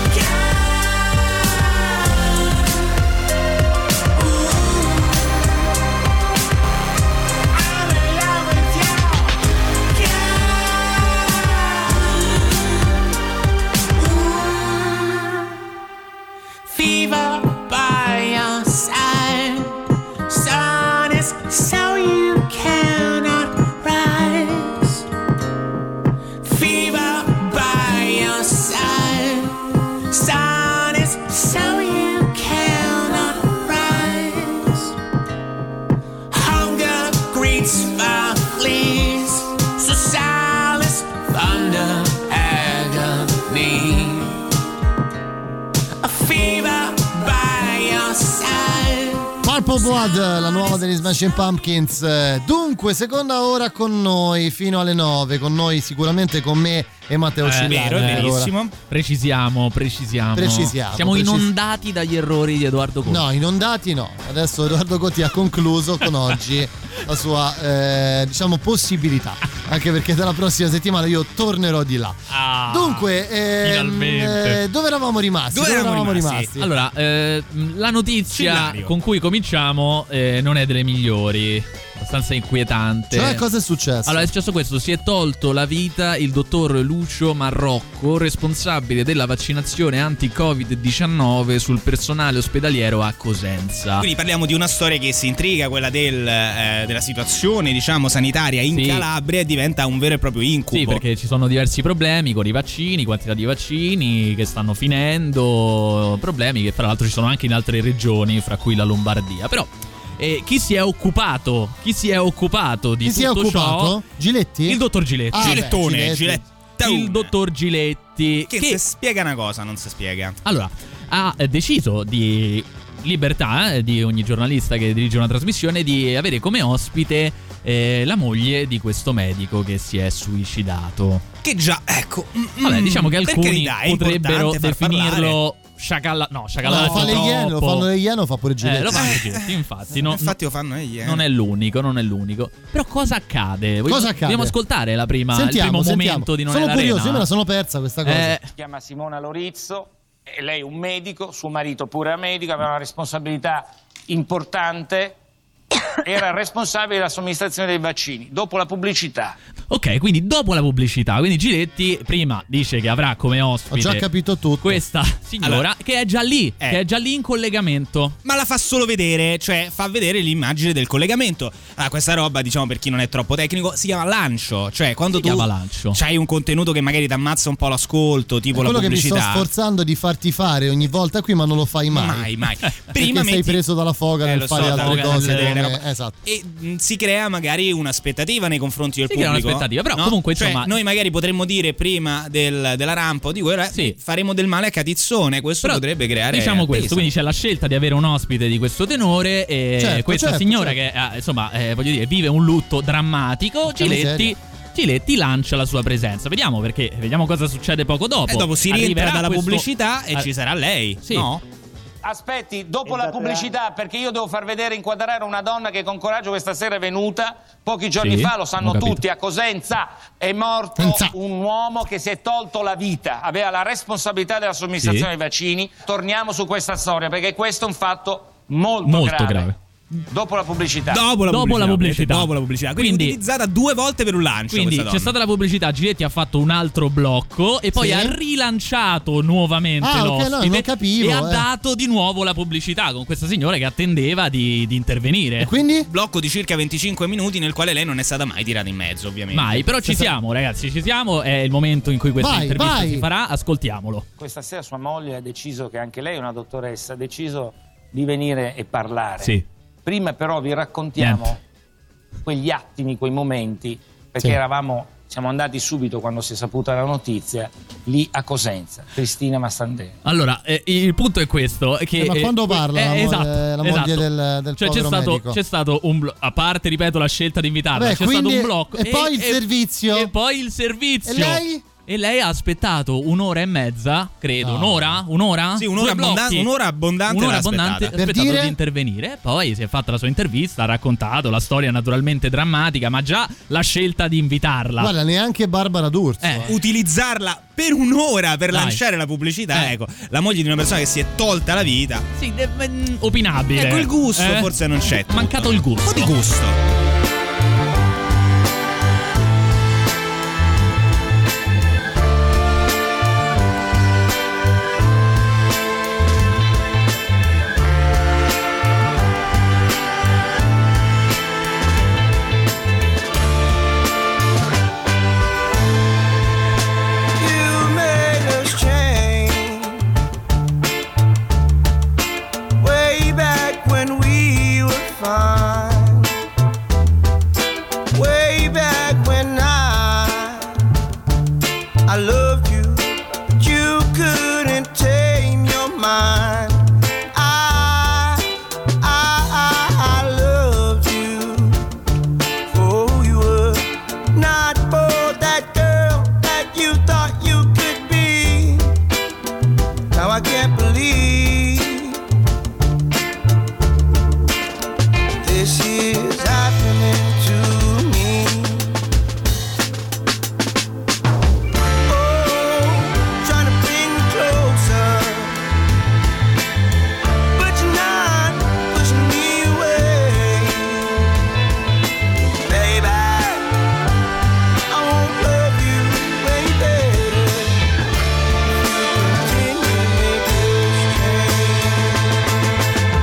Fever by your side, sun is so you cannot rise. Fever by your side, sun is so you cannot rise. Hunger greets my fleas, so silence thunder agony. A fever by your side. Purple Blood, la nuova degli Smashing Pumpkins. Dunque, seconda ora con noi fino alle nove. Con noi sicuramente con me e Matteo Eh, Cillani. vero, è verissimo. Allora, Precisiamo, precisiamo. Precisiamo, Siamo precis- inondati dagli errori di Edoardo Conti. no, inondati no. Adesso Edoardo Conti ha concluso con oggi la sua eh, diciamo possibilità. Anche perché dalla prossima settimana io tornerò di là. Ah, Dunque, ehm, finalmente. eh, dove eravamo rimasti? Dove eravamo rimasti? Allora, eh, la notizia Cillario. con cui cominciamo eh, non è delle migliori, abbastanza inquietante. Cioè, cosa è successo? Allora, è successo questo: si è tolto la vita il dottor Lucio Marrocco, responsabile della vaccinazione anti-covid diciannove sul personale ospedaliero a Cosenza. Quindi parliamo di una storia che si intriga, quella del, eh, della situazione, diciamo, sanitaria in Sì. Calabria, e diventa un vero e proprio incubo. Sì, perché ci sono diversi problemi con i vaccini, quantità di vaccini che stanno finendo, problemi che fra l'altro ci sono anche in altre regioni, fra cui la Lombardia. Però eh, chi si è occupato? Chi si è occupato di Chi si è tutto occupato? ciò? Giletti? Il dottor Giletti. Ah, beh, Gilettone, Giletti. Gilettone. Il dottor Giletti Che, che se spiega una cosa, non si spiega. allora ha eh, deciso di libertà eh, di ogni giornalista che dirige una trasmissione di avere come ospite eh, la moglie di questo medico che si è suicidato. Che già, ecco. Vabbè, diciamo che per alcuni carità, è potrebbero importante far definirlo sciacalla, no, No, sciacallaggio fa le iene, lo troppo. fanno le iene, lo fa pure Giletti. Eh, lo fanno Giletti, infatti, no, Infatti lo fanno egli, eh. non è l'unico, non è l'unico. Però cosa accade? Vogliamo- Cosa accade? Vogliamo ascoltare la prima, Sentiamo, il primo sentiamo. momento di Non Sono è curioso, l'Arena? io me la sono persa questa cosa. Eh, Si chiama Simona Lorizzo, e lei è un medico, suo marito pure è medico, aveva una responsabilità importante, era responsabile della somministrazione dei vaccini. Dopo la pubblicità. Ok, quindi dopo la pubblicità, quindi Giletti prima dice che avrà come ospite Ho già capito tutto. questa signora Allora, che è già lì, eh. che è già lì in collegamento. Ma la fa solo vedere, cioè fa vedere l'immagine del collegamento. Ah, questa roba, diciamo, per chi non è troppo tecnico, si chiama lancio. Cioè, quando Si tu chiama lancio. c'hai un contenuto che magari ti ammazza un po' l'ascolto, tipo È la quello che mi sto pubblicità. sforzando di farti fare ogni volta qui, ma non lo fai mai. Mai, mai. Perché Prima sei metti- preso dalla foga Eh, nel lo fare so, altre dalla- cose. delle come- robe. Esatto. E mh, si crea magari un'aspettativa nei confronti del Si crea pubblico. un'aspettativa, però no? comunque, Cioè, insomma- noi magari potremmo dire prima del- della rampa o di quello, eh, Sì. faremo del male a Catizzone. Questo Però potrebbe creare diciamo questo, attesa. quindi c'è la scelta di avere un ospite di questo tenore e Certo, questa certo, signora certo. che ah, insomma eh, voglio dire vive un lutto drammatico. Giletti miseria. Giletti lancia la sua presenza. Vediamo perché vediamo cosa succede poco dopo. E dopo si rientra Arriverà dalla questo- pubblicità e Ah, ci sarà lei. sì. No? Aspetti, dopo la pubblicità, perché io devo far vedere, inquadrare una donna che con coraggio questa sera è venuta. Pochi giorni Sì, fa, lo ho sanno capito. tutti, a Cosenza è morto Senza. un uomo che si è tolto la vita, aveva la responsabilità della somministrazione Sì. dei vaccini. Torniamo su questa storia, perché questo è un fatto molto, Molto grave. Dopo la pubblicità. Dopo la Dopo pubblicità. la pubblicità. vedete, Dopo la pubblicità. Quindi, Quindi- utilizzata due volte per un lancio. Quindi questa c'è donna. stata la pubblicità, Giletti ha fatto un altro blocco e poi Sì. ha rilanciato nuovamente Ah, ok, no, l'ospite non capivo, e ha eh. dato di nuovo la pubblicità con questa signora che attendeva di, di intervenire. E quindi? blocco di circa venticinque minuti nel quale lei non è stata mai tirata in mezzo, ovviamente. Mai, però ci siamo ragazzi, ci siamo, è il momento in cui questa Vai, intervista vai. si farà, ascoltiamolo. Questa sera sua moglie ha deciso, che anche lei è una dottoressa, ha deciso di venire e parlare. Sì. Prima però vi raccontiamo Niente. quegli attimi, quei momenti, perché Sì. eravamo siamo andati subito quando si è saputa la notizia lì a Cosenza, Cristina Mastandrea. Allora, eh, il punto è questo: che, Eh, ma quando parla eh, la, mo- esatto, eh, la moglie esatto. del, del Cioè c'è povero stato, medico? c'è stato un blo- a parte, ripeto, la scelta di invitarla, Beh, c'è quindi- stato un blocco e poi il servizio? e poi il servizio E lei? E lei ha aspettato un'ora e mezza, credo, No. un'ora? Un'ora? Sì, un'ora, Due abbondan- blocchi. un'ora abbondante Un'ora l'ha abbondante aspettata. ha Per aspettato dire? di intervenire. Poi si è fatta la sua intervista, ha raccontato la storia naturalmente drammatica, ma già la scelta di invitarla. Guarda, neanche Barbara D'Urso. Eh. Utilizzarla per un'ora per Dai. lanciare la pubblicità, Eh. ecco, la moglie di una persona che si è tolta la vita. Sì, de- mm, opinabile. Ecco, il gusto Eh? forse non c'è. Ha mancato il gusto. Un po' di gusto. You made us change way back when we were fine. Way back when I I loved you, but you couldn't tame your mind. I I I, I loved you for who you were, not for that girl that you thought you could be. Now I can't believe this is happening to me. Oh, trying to bring me closer, but you're not pushing me away, baby. I won't love you any better if you continue to make us change.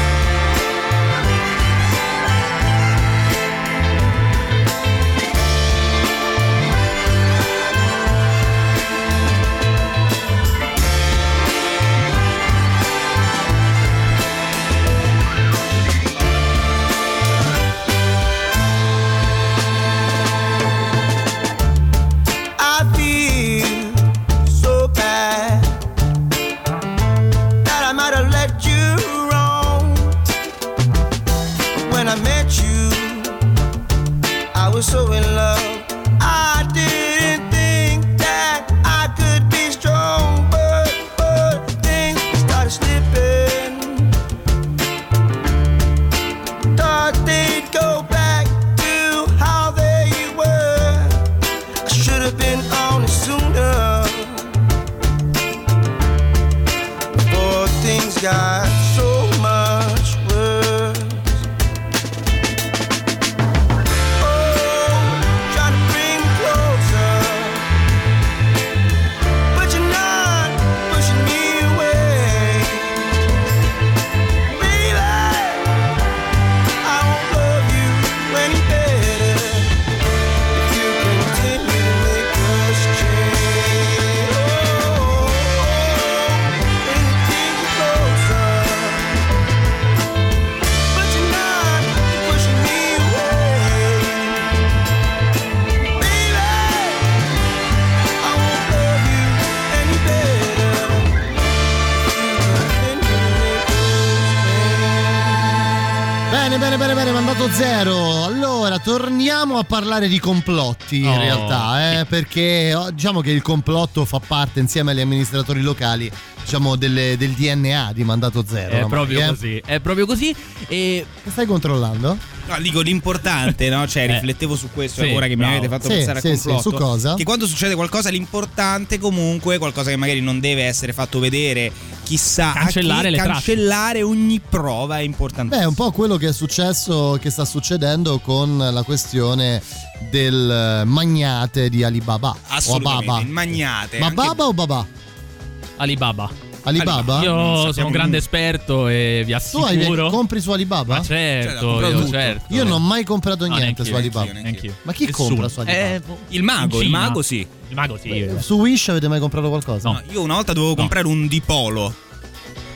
I feel so bad that I might have let you wrong. When I met you, I was so in love. I didn't think that I could be strong, but, but things started slipping. Thought they'd go back to how they were. I should have been honest sooner, before things got so much worse. Oh, trying to bring me closer, but you're not pushing me away, baby. I won't love you any better if you continue to make us change. Oh, bring me closer, but you're not pushing me away, baby. I won't love you any better if you continue to make us change. Bene, bene, bene, bene, mandato zero. Allora, torniamo a parlare di complotti in Oh, realtà, eh, perché oh, diciamo che il complotto fa parte insieme agli amministratori locali, diciamo, delle- del D N A di mandato zero. È no? proprio Perché- così, è proprio così. E Che stai controllando? No, dico l'importante, no? Cioè, Eh. riflettevo su questo Sì, ora che mi bravo. avete fatto Sì, pensare sì, al sì, complotto. su cosa? Che quando succede qualcosa, l'importante comunque, qualcosa che magari non deve essere fatto vedere, chissà a Cancellare chi, le tracce. cancellare ogni prova è importante. Beh, è un po' quello che è successo, che sta succedendo con la questione del magnate di Alibaba. O Assolutamente, Ababa. il magnate. Ma anche- Baba o Baba? Alibaba. Alibaba? Io Non sono sappiamo un grande niente. esperto e vi Tu hai, assicuro. compri su Alibaba? Ma certo, Cioè, io, tutto. certo. Io non ho mai comprato No, niente neanch'io, su Alibaba. neanch'io, Neanch'io. Ma chi Nessuno. compra su Alibaba? Eh, Il mago, in il Cina. mago sì. Il mago sì. io- Su Wish avete mai comprato qualcosa? No. Io una volta dovevo comprare un dipolo.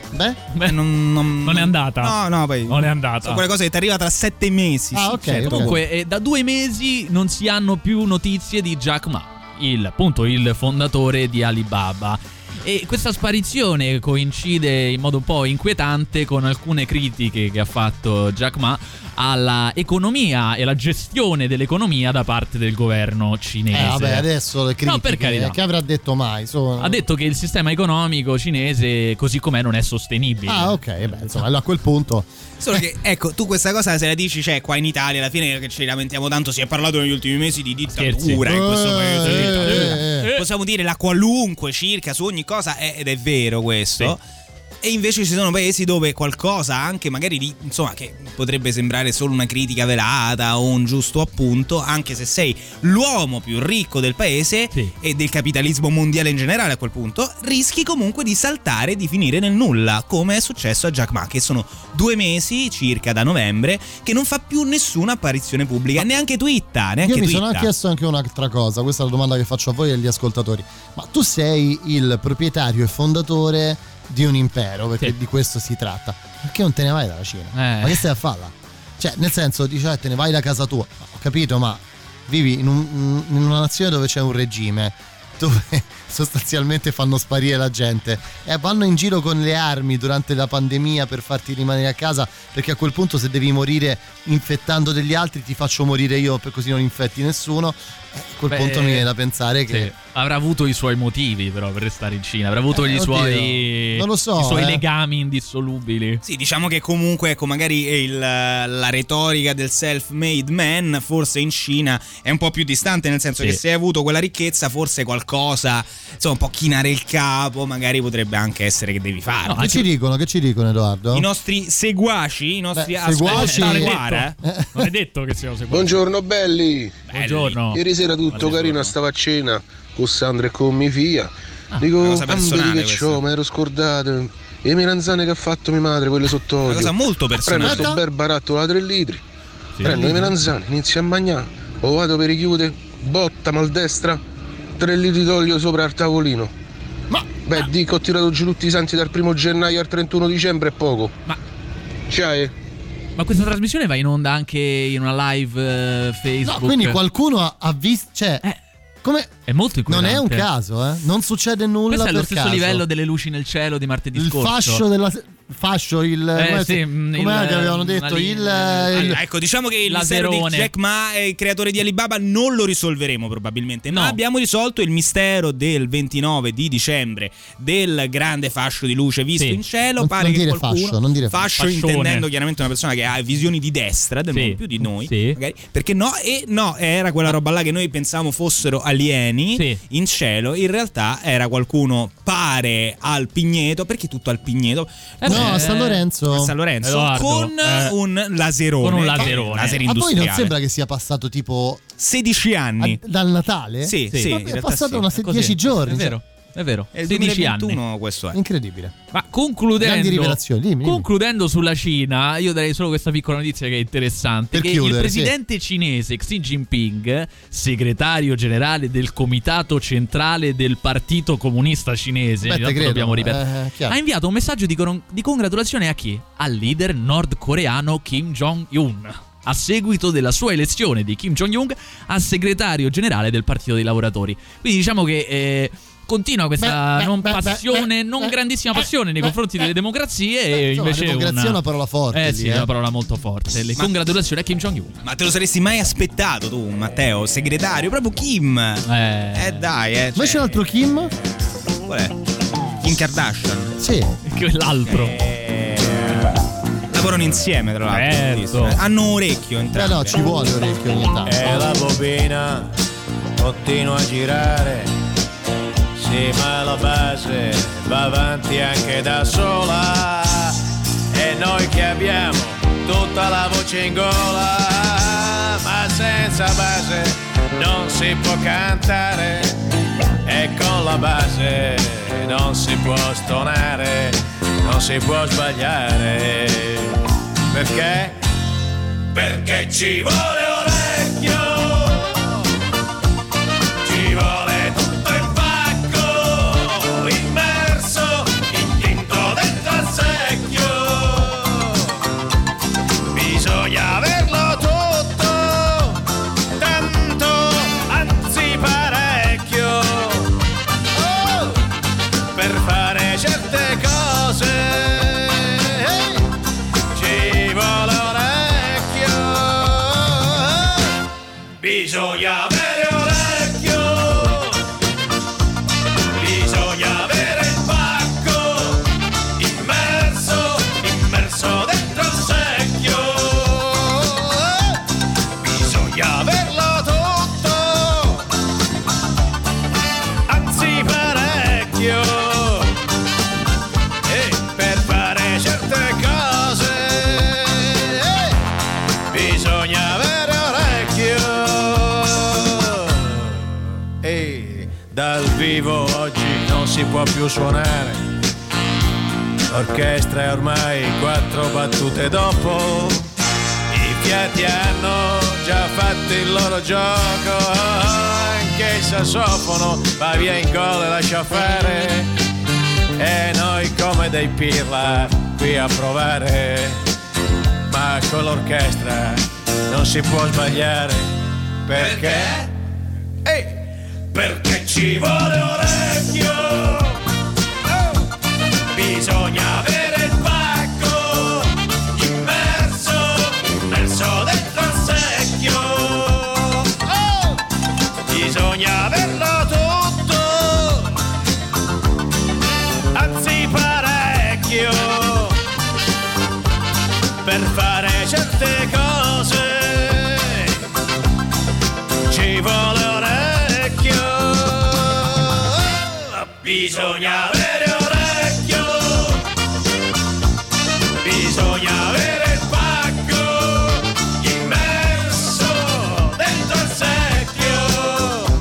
Beh? Beh, non, non, Non è andata. No, no, poi Non è andata. sono quelle cose che ti arriva tra sette mesi. Ah, sì, ok, certo. ok. Comunque, eh, da due mesi non si hanno più notizie di Jack Ma, il, appunto, il fondatore di Alibaba. E questa sparizione coincide in modo un po' inquietante con alcune critiche che ha fatto Jack Ma alla economia e alla gestione dell'economia da parte del governo cinese. Eh vabbè, adesso le critiche, No, per carità. che avrà detto mai? Sono... Ha detto che il sistema economico cinese così com'è non è sostenibile. Ah, ok, beh, insomma, a quel punto. Solo che, ecco, tu questa cosa se la dici, cioè, qua in Italia, alla fine che ci lamentiamo tanto, si è parlato negli ultimi mesi di dittatura in questo paese. Eh, dittatura. eh, eh. Possiamo dire la qualunque circa su ogni cosa, è- ed è vero questo. Sì. E invece ci sono paesi dove qualcosa anche magari di, insomma, che potrebbe sembrare solo una critica velata o un giusto appunto, anche se sei l'uomo più ricco del paese Sì. e del capitalismo mondiale in generale a quel punto, rischi comunque di saltare e di finire nel nulla, come è successo a Jack Ma, che sono due mesi circa da novembre che non fa più nessuna apparizione pubblica, neanche twitta, neanche Io mi twitta. sono chiesto anche un'altra cosa, questa è la domanda che faccio a voi e agli ascoltatori. Ma tu sei il proprietario e fondatore di un impero, perché Sì. di questo si tratta. Perché non te ne vai dalla Cina? Eh. Ma che stai a farla? Cioè, nel senso, dici, eh, te ne vai da casa tua. Ma ho capito, ma vivi in, un- in una nazione dove c'è un regime, dove sostanzialmente fanno sparire la gente e vanno in giro con le armi durante la pandemia per farti rimanere a casa, perché a quel punto se devi morire infettando degli altri ti faccio morire io, per così non infetti nessuno. Eh, a quel Beh, punto mi viene da pensare che Sì. Avrà avuto i suoi motivi però per restare in Cina, avrà avuto Eh, gli oddio, suoi non lo so, i suoi eh. legami indissolubili. Sì, diciamo che comunque, ecco, magari il- la retorica del self-made man forse in Cina è un po' più distante, nel senso Sì. che se hai avuto quella ricchezza forse qualcosa, insomma, un po' chinare il capo, magari potrebbe anche essere che devi fare. che ci dicono? Che ci dicono, Edoardo? I nostri seguaci, i nostri Beh, seguaci- ascoltatori, eh. Non è detto che siano seguaci. Buongiorno belli. Buongiorno. Ieri sera tutto carino, stavo a cena con Sandra e con mia figlia. una Dico, cosa "Ah, vedi personale che questa." c'ho, mi ero scordato. E le melanzane che ha fatto mia madre, quelle sott'olio. Una cosa molto personale. Prendo sto bel barattolo da tre litri. Prendo le melanzane, inizio a mangiare. O vado per richiudere, botta maldestra, tre litri d'olio sopra il tavolino. Ma Beh, dico, ho tirato giù tutti i santi dal primo gennaio al trentuno dicembre, è poco. Ma C'hai? Ma questa trasmissione va in onda anche in una live eh, Facebook. No, quindi qualcuno ha, ha visto, cioè, come È molto non inquietante. è un caso, eh? Non succede nulla Questo è lo per stesso caso. livello delle luci nel cielo di martedì Il scorso. fascio della fascio il Eh, come, sì, come il- che avevano detto la- il, il- Ecco, diciamo che il mistero di Laserone. Jack Ma, eh, il creatore di Alibaba, non lo risolveremo probabilmente, ma No. abbiamo risolto il mistero del ventinove di dicembre del grande fascio di luce visto Sì. in cielo. Non- Pare non che dire qualcuno, fascio, non dire fascio fascione. intendendo chiaramente una persona che ha visioni di destra del Sì. mondo, più di noi, Sì. magari, perché no, e no, era quella roba là che noi pensavamo fossero alieni Sì. in cielo, in realtà era qualcuno, pare al Pigneto, perché tutto al Pigneto? Eh, no, a San Lorenzo. A San Lorenzo, Edoardo, con eh, un laserone. con un Fa- laserone. laser A voi industriale. non sembra che sia passato tipo sedici anni. a- dal Natale? Sì, sì, Ma in è realtà passato sì. una È così. dieci giorni. È vero, è vero. È il sedici anni. duemilaventuno questo è. cioè, incredibile. Ma concludendo, Grandi rivelazioni, dimmi, dimmi. concludendo sulla Cina, io darei solo questa piccola notizia che è interessante. Per che chiudere, il presidente cinese Xi Jinping, segretario generale del comitato centrale del Partito Comunista Cinese, Beh, te tanto credo, dobbiamo ripetere, eh, chiaro. ha inviato un messaggio di, con- di congratulazione a chi? Al leader nordcoreano Kim Jong-un, a seguito della sua elezione di Kim Jong-un a segretario generale del Partito dei Lavoratori. Quindi diciamo che eh, continua questa Beh, beh, non beh, passione, beh, non beh, grandissima beh, passione nei beh, confronti delle democrazie beh, e insomma, invece democrazia è una parola forte Eh lì, sì, eh. è una parola molto forte. Le Ma- congratulazioni a Kim Jong-un. Ma te lo saresti mai aspettato tu, Matteo? Segretario, proprio Kim. Eh, Eh dai, eh. Poi c'è Cioè, l'altro Kim? qual è? Kim Kardashian. Sì. quell'altro. Eh, lavorano insieme, tra l'altro. Certo. Hanno un orecchio Eh entrambi. no, ci vuole orecchio ogni tanto. E la bobina continua a girare, sì, ma la base va avanti anche da sola. E noi che abbiamo tutta la voce in gola, ma senza base non si può cantare. E con la base non si può stonare, non si può sbagliare. Perché? Perché ci vuole orecchio, ci vuole tutto il pacco immerso, intinto dentro a sé. per fare certe cose ci vuole orecchio, bisogna avere orecchio, bisogna avere il pacco immerso, immerso dentro il secchio, bisogna averlo tutto, anzi parecchio, e per fare certe cose bisogna avere orecchio. E dal vivo oggi non si può più suonare, l'orchestra è ormai quattro battute dopo, i fiati hanno già fatto il loro gioco, anche il sassofono va via in gol e lascia fare, e noi come dei pirla qui a provare, ma con l'orchestra non si può sbagliare, perché? Ehi, perché ci vuole orecchio, oh, bisogna avere il pacco immerso, immerso dentro il secchio, oh, bisogna averlo tutto, anzi parecchio, per fare certe cose ci vuole orecchio, bisogna avere orecchio, bisogna avere il pacco immerso dentro il secchio,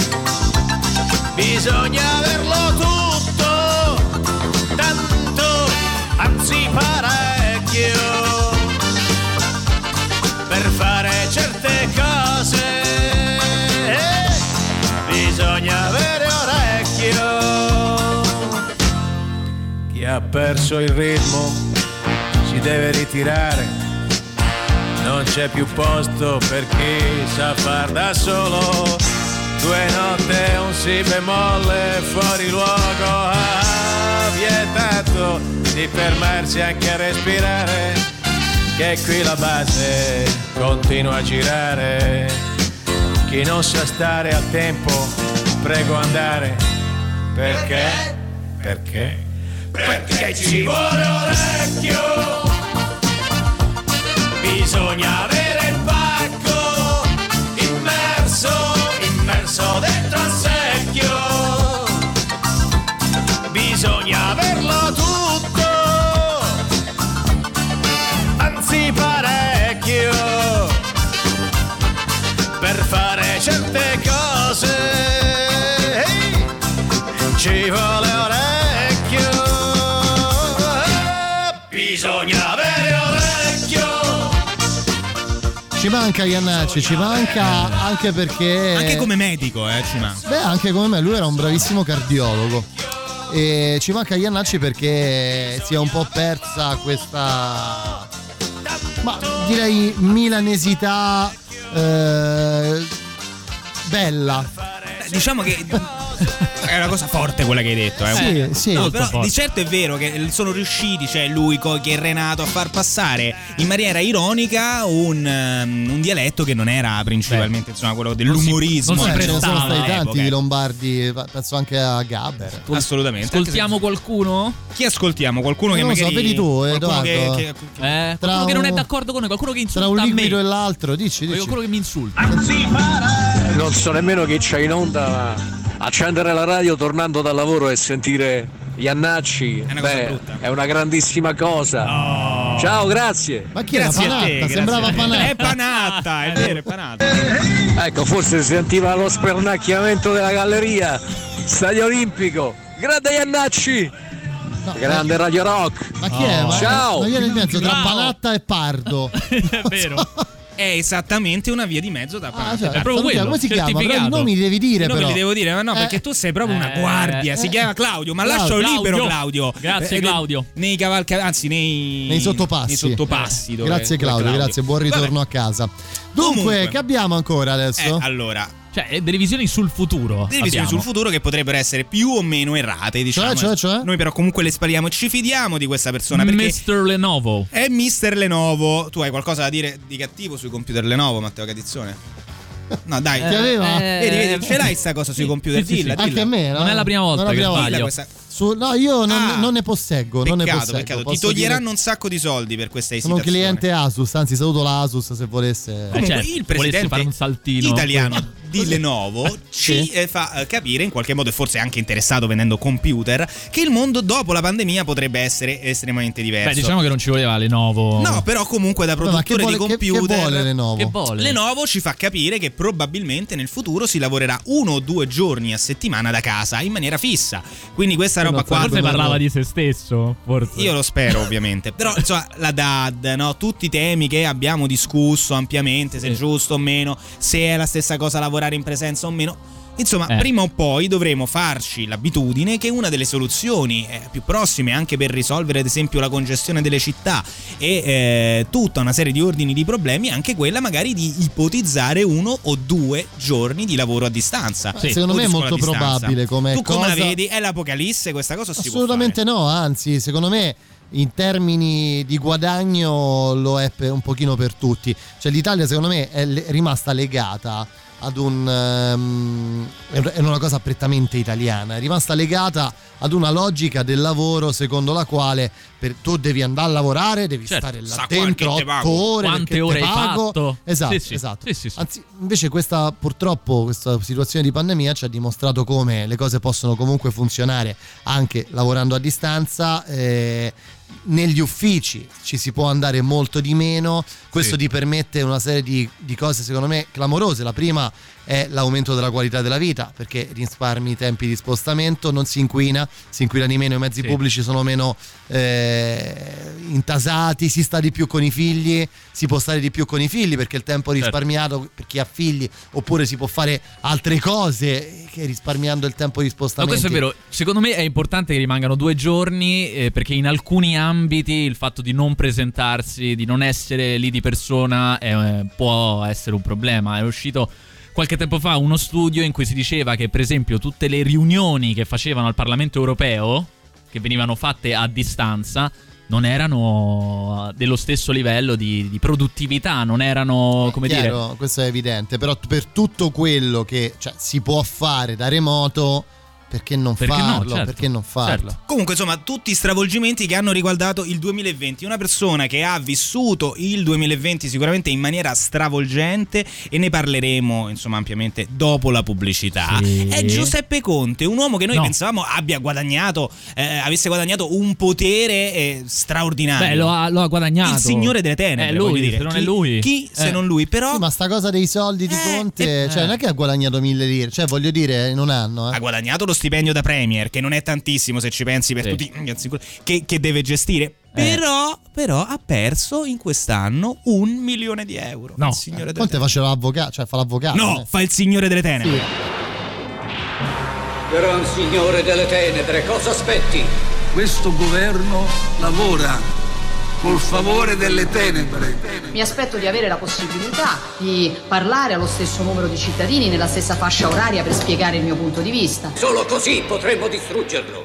bisogna averlo tutto, tanto, anzi parecchio, per fare certe cose bisogna avere orecchio. Chi ha perso il ritmo si deve ritirare, non c'è più posto per chi sa far da solo, due note e un si bemolle fuori luogo, ha vietato di fermarsi anche a respirare, che qui la base continua a girare, chi non sa stare al tempo prego andare, perché? Perché? Perché ci vuole orecchio, bisogna avere il pacco immerso, immerso dentro il secchio, bisogna averlo tutto, anzi parecchio, per fare certe cose ci vuole orecchio, bisogna avere orecchio. Ci manca Iannacci, ci manca anche perché anche come medico eh, ci manca. Beh, anche come me, lui era un bravissimo cardiologo. E ci manca Iannacci perché si è un po' persa questa, ma direi milanesità eh, bella. Diciamo che è una cosa forte quella che hai detto, eh. Sì, sì, no, molto però forte. di certo è vero che sono riusciti, cioè lui, Cocchi e Renato, a far passare in maniera ironica un, um, un dialetto che non era principalmente insomma quello dell'umorismo. Non si, non si ce ne sono stati tanti all'epoca. di lombardi, penso anche a Gabber. Assolutamente. Ascoltiamo qualcuno? Chi ascoltiamo? Qualcuno che non lo magari so, vedi tu, qualcuno Edoardo. che, che, Eh, qualcuno Tra che non è un- d'accordo con noi, qualcuno che insulta Tra un a me. liquido e l'altro, dici, dici. Qualcuno che mi insulta. Non so nemmeno che c'è in onda, ma accendere la radio tornando dal lavoro e sentire Iannacci È una cosa beh, brutta. è una grandissima cosa. Ciao, grazie. Ma chi era Grazie a Panatta? te, grazie Sembrava a te. Panatta. È Panatta, è vero, è Panatta. Ecco, forse si sentiva lo spernacchiamento della galleria. Stadio Olimpico. Grande Iannacci. Grande Radio Rock. Ma chi è? Ma, Ciao. ma viene in mezzo tra Ciao. Panatta e Pardo. È vero. È esattamente una via di mezzo da Panatta. Ah, cioè, È proprio salutiamo. quello, Come si chiama? Però i certificato. nomi li devi dire, I nomi però. li devo dire, ma no, Eh. perché tu sei proprio una Eh, guardia. Si eh. chiama Claudio, ma Claudio. lascio libero Claudio. Claudio. Grazie, Eh, Claudio. Nei cavalca, anzi, nei, Nei sottopassi. Nei sottopassi. dove- Grazie dove Claudio, grazie, buon ritorno Vabbè. a casa. Dunque, Comunque. che abbiamo ancora Eh, adesso? allora, Cioè, delle visioni sul futuro. Delle visioni abbiamo. sul futuro che potrebbero essere più o meno errate, diciamo. Cioè, cioè, cioè? Noi però comunque le spariamo e ci fidiamo di questa persona perché mister Lenovo. è mister Lenovo. Tu hai qualcosa da dire di cattivo sui computer Lenovo, Matteo Catizzone? No, dai, Ti aveva? Vedi, vedi, ce l'hai sta cosa sui computer? sì, sì, dilla, sì. dilla. Anche a me, no? Non è la prima volta Non è la che prima sbaglio. Questa- Su- no, io non, Ah, non ne posseggo. non ne Peccato, posseggo. peccato. Ti Posso toglieranno dire- un sacco di soldi per questa Sono un esitazione. cliente Asus, anzi saluto la Asus se volesse. Comunque, certo, il volesse presidente fare un saltino. italiano di Lenovo ci eh, fa eh, capire in qualche modo, e forse anche interessato vendendo computer, che il mondo dopo la pandemia potrebbe essere estremamente diverso. Beh, diciamo che non ci voleva Lenovo. No, però comunque da No, ma che produttore vuole- di che- computer che vuole Lenovo? Che vuole? Lenovo ci fa capire che probabilmente nel futuro si lavorerà uno o due giorni a settimana da casa in maniera fissa. Quindi questa Non roba qua Forse no, parlava no. di se stesso. Forse. io lo spero ovviamente. Però insomma la D A D, no? Tutti i temi che abbiamo discusso ampiamente, se è Sì. giusto o meno, se è la stessa cosa lavorare in presenza o meno. Insomma, Eh. prima o poi dovremo farci l'abitudine che una delle soluzioni eh, più prossime anche per risolvere ad esempio la congestione delle città e eh, tutta una serie di ordini di problemi è anche quella magari di ipotizzare uno o due giorni di lavoro a distanza. Sì. Secondo O me di è scuola molto a distanza. probabile come Tu come la cosa- vedi? È l'apocalisse questa cosa? o si può Assolutamente no, anzi, secondo me in termini di guadagno lo è per un pochino per tutti. Cioè l'Italia secondo me è le- rimasta legata ad un ehm, è una cosa prettamente italiana, è rimasta legata ad una logica del lavoro secondo la quale per, tu devi andare a lavorare, devi Certo. stare là Sa dentro quanto te otto pago. ore, Quante perché ore te hai pago. fatto? Esatto, Sì, sì. esatto. Sì, sì, sì. Anzi, invece questa purtroppo questa situazione di pandemia ci ha dimostrato come le cose possono comunque funzionare anche lavorando a distanza. eh, negli uffici ci si può andare molto di meno, questo Sì. ti permette una serie di, di cose secondo me clamorose. La prima è l'aumento della qualità della vita, perché risparmi i tempi di spostamento, non si inquina, si inquina di meno, i mezzi Sì. pubblici sono meno eh, intasati, si sta di più con i figli, si può stare di più con i figli perché il tempo Certo. risparmiato per chi ha figli, oppure si può fare altre cose che risparmiando il tempo di No, spostamento. questo è vero. Secondo me è importante che rimangano due giorni eh, perché in alcuni ambiti il fatto di non presentarsi, di non essere lì di persona eh, può essere un problema. È uscito qualche tempo fa uno studio in cui si diceva che per esempio tutte le riunioni che facevano al Parlamento europeo, che venivano fatte a distanza, non erano dello stesso livello di, di produttività, non erano, come Chiaro, dire... questo è evidente, però per tutto quello che cioè, si può fare da remoto, perché non Perché no, farlo? certo, Perché non farlo? certo. Comunque, insomma, tutti stravolgimenti che hanno riguardato il duemilaventi. Una persona che ha vissuto il duemilaventi sicuramente in maniera stravolgente, e ne parleremo, insomma, ampiamente dopo la pubblicità. Sì. È Giuseppe Conte, un uomo che noi No. pensavamo abbia guadagnato, eh, avesse guadagnato un potere eh, straordinario. Beh, lo ha, lo ha guadagnato. Il signore delle tenebre, È lui, voglio dire. se non è Chi- lui. Chi se Eh. non lui? Però Sì, ma sta cosa dei soldi di Conte, cioè non è che ha guadagnato mille lire, cioè voglio dire in un anno, eh. ha guadagnato lo stipendio da Premier, che non è tantissimo se ci pensi per Sì. tutti che, che deve gestire. Però, però ha perso in quest'anno un milione di euro. No. Il signore delle Conte faceva l'avvocato, cioè fa l'avvocato. tenebre. No, eh. fa il signore delle tenebre. Gran signore delle tenebre, cosa aspetti? Questo governo lavora col favore delle tenebre. Mi aspetto di avere la possibilità di parlare allo stesso numero di cittadini nella stessa fascia oraria per spiegare il mio punto di vista. Solo così potremmo distruggerlo.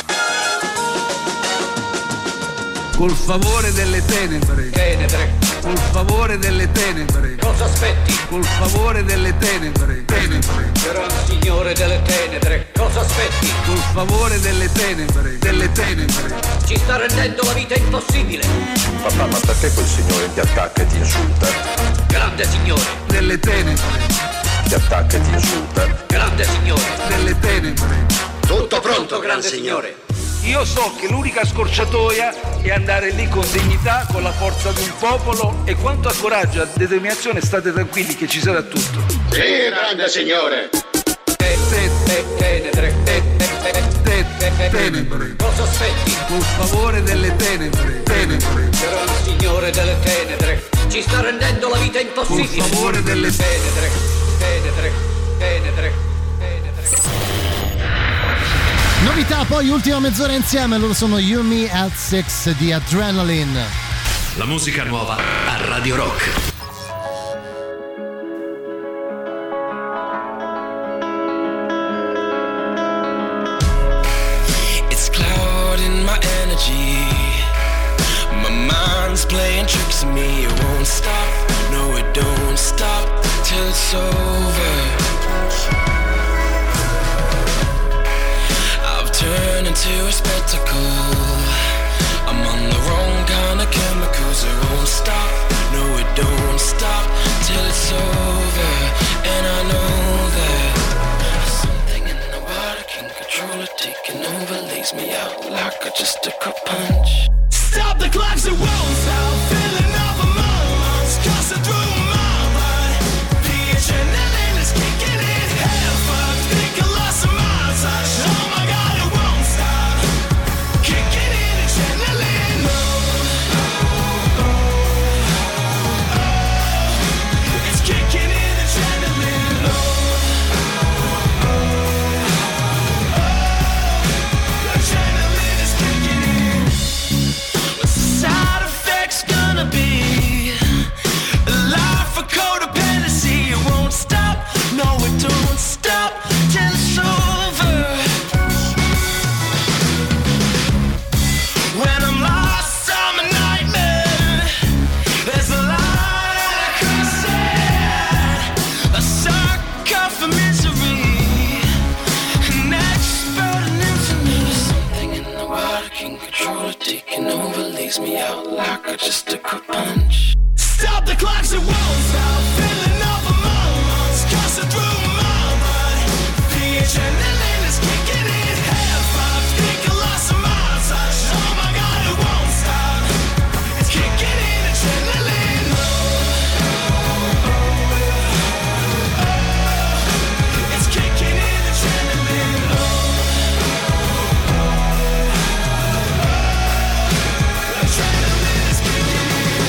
Col favore delle tenebre. Tenebre, Col favore delle tenebre. cosa aspetti? Col favore delle tenebre. Tenebre. Gran signore delle tenebre, cosa aspetti? Col favore delle tenebre. Delle tenebre. Ci sta rendendo la vita impossibile. Papà, ma perché quel signore ti attacca e ti insulta? Grande signore, Delle tenebre. Ti attacca e ti insulta? grande signore. Delle tenebre. Tutto pronto, grande signore. Io so che l'unica scorciatoia è andare lì con dignità, con la forza di un popolo, e quanto a coraggio e a determinazione state tranquilli che ci sarà tutto. Sì, grande signore. Te- te- Tenebre, te- te- Tenebre. cosa aspetti? Col favore delle tenebre. Tenebre. Gran signore delle tenebre, ci sta rendendo la vita Col impossibile. favore delle Tenebre, tenebre, tenebre. Novità poi, ultima mezz'ora insieme, loro sono You Me at Six di Adrenaline. La musica nuova a Radio Rock. apology. My mind's playing tricks on me. It won't stop, no it don't stop till it's over. I've turned into a spectacle. I'm on the wrong kind of chemicals. It won't stop, no it don't stop till it's over. And I know that something in the water can control it, taking over, lays me out like I just took a punch. Stop the clocks, it won't stop. Filling up my lungs, coursing through my blood. The adrenaline is kicking in, head fucked. Think I lost my touch. Oh my God, it won't stop. Kicking in adrenaline. Oh, oh, oh, oh. It's kicking in adrenaline. Oh, oh, oh, oh. Adrenaline is kicking in. What's the side effects gonna be? A life for codependency. It won't stop, no it don't stop till it's over. When I'm lost, I'm a nightmare. There's a line across it, a sucker for misery, an expert in infamy. Something in the water can control it, taking over, lays me out like I just took a punch. Stop the clocks, it won't stop. Filling up my lungs, coursing through my blood. The adrenaline is kicking in, head fucked. Think I lost my touch. Oh my God, it won't stop. It's kicking in adrenaline. Oh, oh, oh, oh. It's kicking in adrenaline. Oh, oh, oh, oh. Adrenaline is kicking in.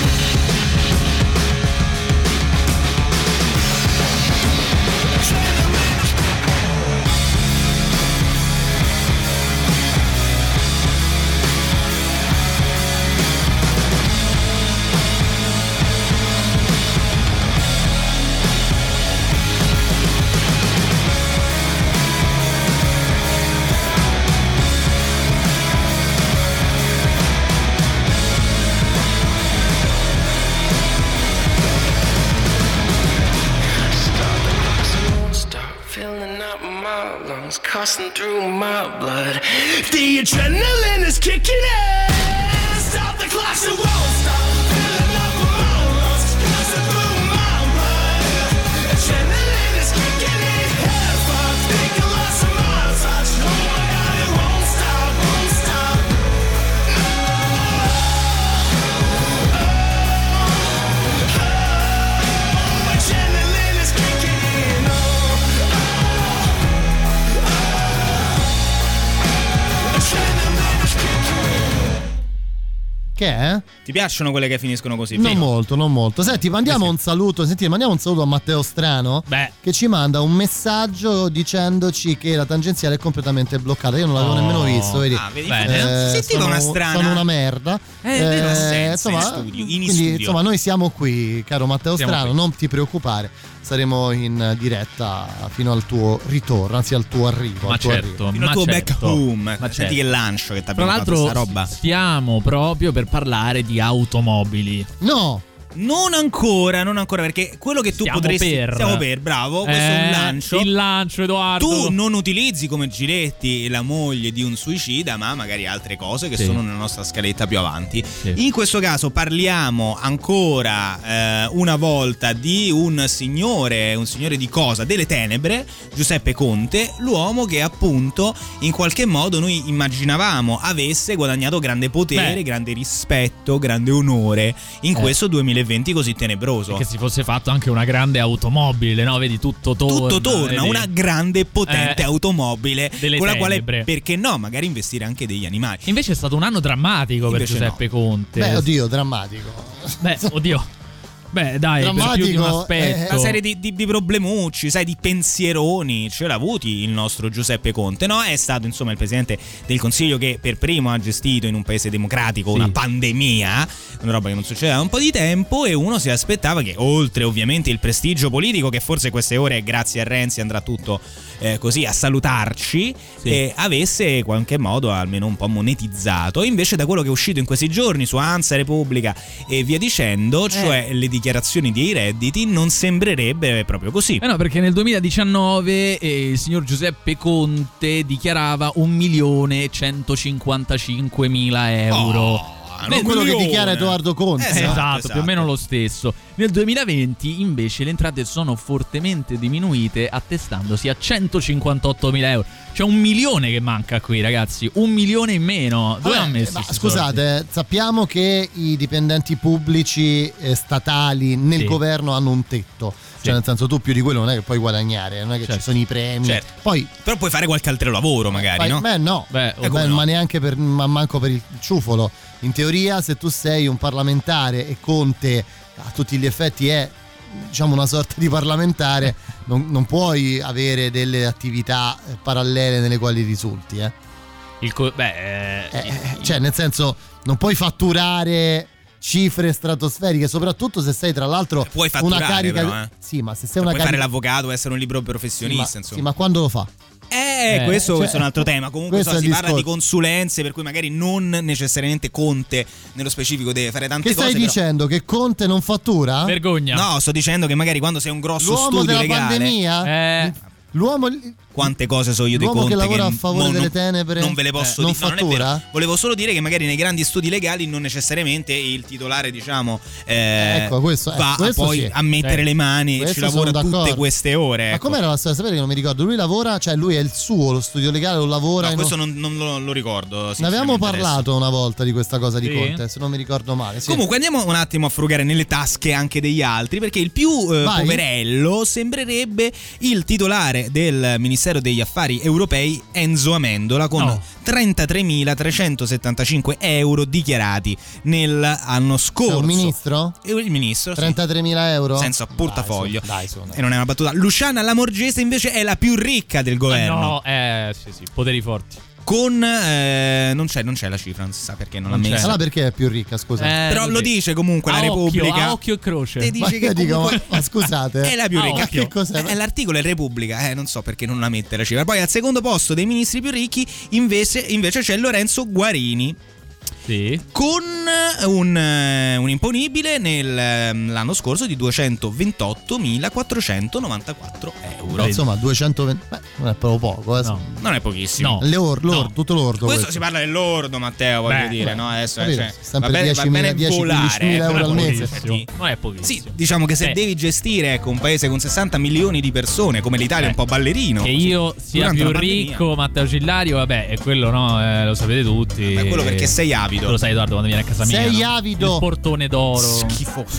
Filling up my lungs, coursing through my blood. The adrenaline is kicking in. Stop the clocks, it won't stop. Filling up my lungs, coursing through my blood. Adrenaline is kicking in. Head fucked, think I lost my touch. Oh my God, it won't stop, won't stop. No. Oh, oh, oh. Adrenaline is kicking in. Oh. Che è? Ti piacciono quelle che finiscono così? Non Figo. molto, non molto. Senti, mandiamo un saluto. Senti, mandiamo un saluto a Matteo Strano. Beh. Che ci manda un messaggio dicendoci che la tangenziale è completamente bloccata. Io non l'avevo Oh. nemmeno visto. Vedi? Ah, vedi? Bene. Si sentiva sono, una strana- Sono una merda. Eh, è vero, assenza insomma, in studio, in quindi, studio. insomma, noi siamo qui, caro Matteo Siamo Strano. qui. Non ti preoccupare. Saremo in diretta fino al tuo ritorno, anzi al tuo arrivo. Ma al tuo certo, arrivo. Fino al ma tuo back certo, home. ma Senti certo. che lancio che ti Tra abbiamo fatto l'altro sta roba. stiamo proprio per parlare di automobili. No! Non ancora, non ancora, perché quello che tu Stiamo potresti. per. Stiamo per, bravo. Questo è un Eh, lancio. il lancio, Edoardo. Tu non utilizzi come Giletti la moglie di un suicida, ma magari altre cose che Sì. sono nella nostra scaletta più avanti. Sì. In questo caso parliamo ancora eh, una volta di un signore, un signore di cosa? Delle tenebre, Giuseppe Conte, l'uomo che appunto in qualche modo noi immaginavamo avesse guadagnato grande potere, Beh. grande rispetto, grande onore in Eh. questo duemilaventi così tenebroso. Che si fosse fatto anche una grande automobile, no? Vedi, tutto torna. Tutto torna, vedi? una grande e potente Eh, automobile delle con la quale, tenebre. perché no, magari investire anche degli animali. Invece è stato un anno drammatico Invece per Giuseppe Conte. Beh, oddio, drammatico. Beh, oddio. Beh, dai, per più di un aspetto. Una serie di, di, di problemucci, sai, di pensieroni ce l'ha avuti il nostro Giuseppe Conte, no? È stato insomma il presidente del Consiglio che per primo ha gestito in un paese democratico sì. una pandemia, una roba che non succedeva da un po' di tempo, e uno si aspettava che, oltre ovviamente il prestigio politico, che forse queste ore grazie a Renzi andrà tutto eh, così a salutarci, sì. eh, avesse in qualche modo almeno un po' monetizzato. Invece da quello che è uscito in questi giorni su ANSA, Repubblica e via dicendo, cioè eh. le dichiarazioni dei redditi, non sembrerebbe proprio così. Eh no, perché nel duemiladiciannove eh, il signor Giuseppe Conte dichiarava un milione centocinquantacinquemila euro. Oh. Non quello milione. Che dichiara Edoardo Conte. Esatto, esatto, esatto, più o meno lo stesso. Nel duemilaventi invece le entrate sono fortemente diminuite, attestandosi a centocinquantottomila euro. C'è un milione che manca qui, ragazzi. Un milione in meno. Dove hanno messo? Scusate, soldi? Sappiamo che i dipendenti pubblici eh, statali nel sì. governo hanno un tetto. Cioè, nel senso, tu più di quello non è che puoi guadagnare, non è che certo. ci sono i premi. Certo. Poi, però puoi fare qualche altro lavoro, magari, poi, no? Beh, no, beh, eh, beh, no. ma neanche per, ma manco per il ciufolo. In teoria, se tu sei un parlamentare e Conte a tutti gli effetti è, diciamo, una sorta di parlamentare, non, non puoi avere delle attività parallele nelle quali risulti, eh. Il co- beh, eh, eh, cioè, nel senso, non puoi fatturare cifre stratosferiche, soprattutto se sei tra l'altro puoi una carica però, eh. sì, ma se sei cioè, una puoi carica... fare l'avvocato, essere un libero professionista, sì, ma, insomma. Sì, ma quando lo fa? Eh, eh questo, cioè, questo è un altro tema. Comunque so, si parla discorso. di consulenze, per cui magari non necessariamente Conte nello specifico deve fare tante che cose. Che stai però... dicendo? Che Conte non fattura? Vergogna. No, sto dicendo che magari quando sei un grosso L'uomo studio della legale, pandemia? Eh, l'uomo quante cose so io di Conte Conte che lavora che a favore non, delle tenebre non ve le posso eh, non dire, no, fattura? Non è vero. Volevo solo dire che magari nei grandi studi legali non necessariamente il titolare, diciamo, eh, ecco, questo, eh, va questo poi sì. a mettere eh. le mani e ci lavora tutte queste ore. Ma ecco. com'era la storia? Sapete che non mi ricordo. Lui lavora, cioè lui è il suo, lo studio legale lo lavora. No, questo non, non, non lo, lo ricordo. Ne avevamo parlato adesso. una volta di questa cosa di sì. Conte, se non mi ricordo male. Sì. Comunque andiamo un attimo a frugare nelle tasche anche degli altri, perché il più eh, poverello sembrerebbe il titolare del Ministero degli Affari Europei, Enzo Amendola, con no. trentatremila trecentosettantacinque euro dichiarati nell'anno scorso. È un ministro? Il ministro, trentatremila euro? Senza portafoglio. Dai, su, dai, su, e non è una battuta. Luciana Lamorgese invece è la più ricca del governo. No, eh, sì, sì, poteri forti. Con eh, non c'è non c'è la cifra, non si sa perché non, non l'ha messa. Allora perché è più ricca, scusa? Eh, Però lo dice comunque a la occhio, Repubblica. A occhio e croce. E dice ma che dico, comunque ma, ma scusate, è la più ricca. Ah, che cos'è? Eh, l'articolo è Repubblica, eh, non so perché non la mette la cifra. Poi al secondo posto dei ministri più ricchi invece, invece c'è Lorenzo Guarini. Sì. Con un, un imponibile nell'anno scorso di duecentoventottomilaquattrocentonovantaquattro euro. Beh, insomma, duecentoventi beh, non è proprio poco, eh. No, non è pochissimo. No. L'or, l'or, no. tutto l'ordo. Questo, questo si parla dell'ordo, Matteo, voglio beh, dire, beh, no? Adesso capito, cioè, sempre va bene, va bene dieci quindicimila euro al mese. Non è pochissimo. Sì, diciamo che se eh. devi gestire, ecco, un paese con sessanta milioni di persone come l'Italia, eh. un po' ballerino. Che io sia più ricco, Matteo Cillario, vabbè, è quello, no? Eh, lo sapete tutti. Ma è quello perché sei avido. Lo sai, Edoardo, quando vieni a casa mia. Sei no? avido. Il portone d'oro. Schifoso.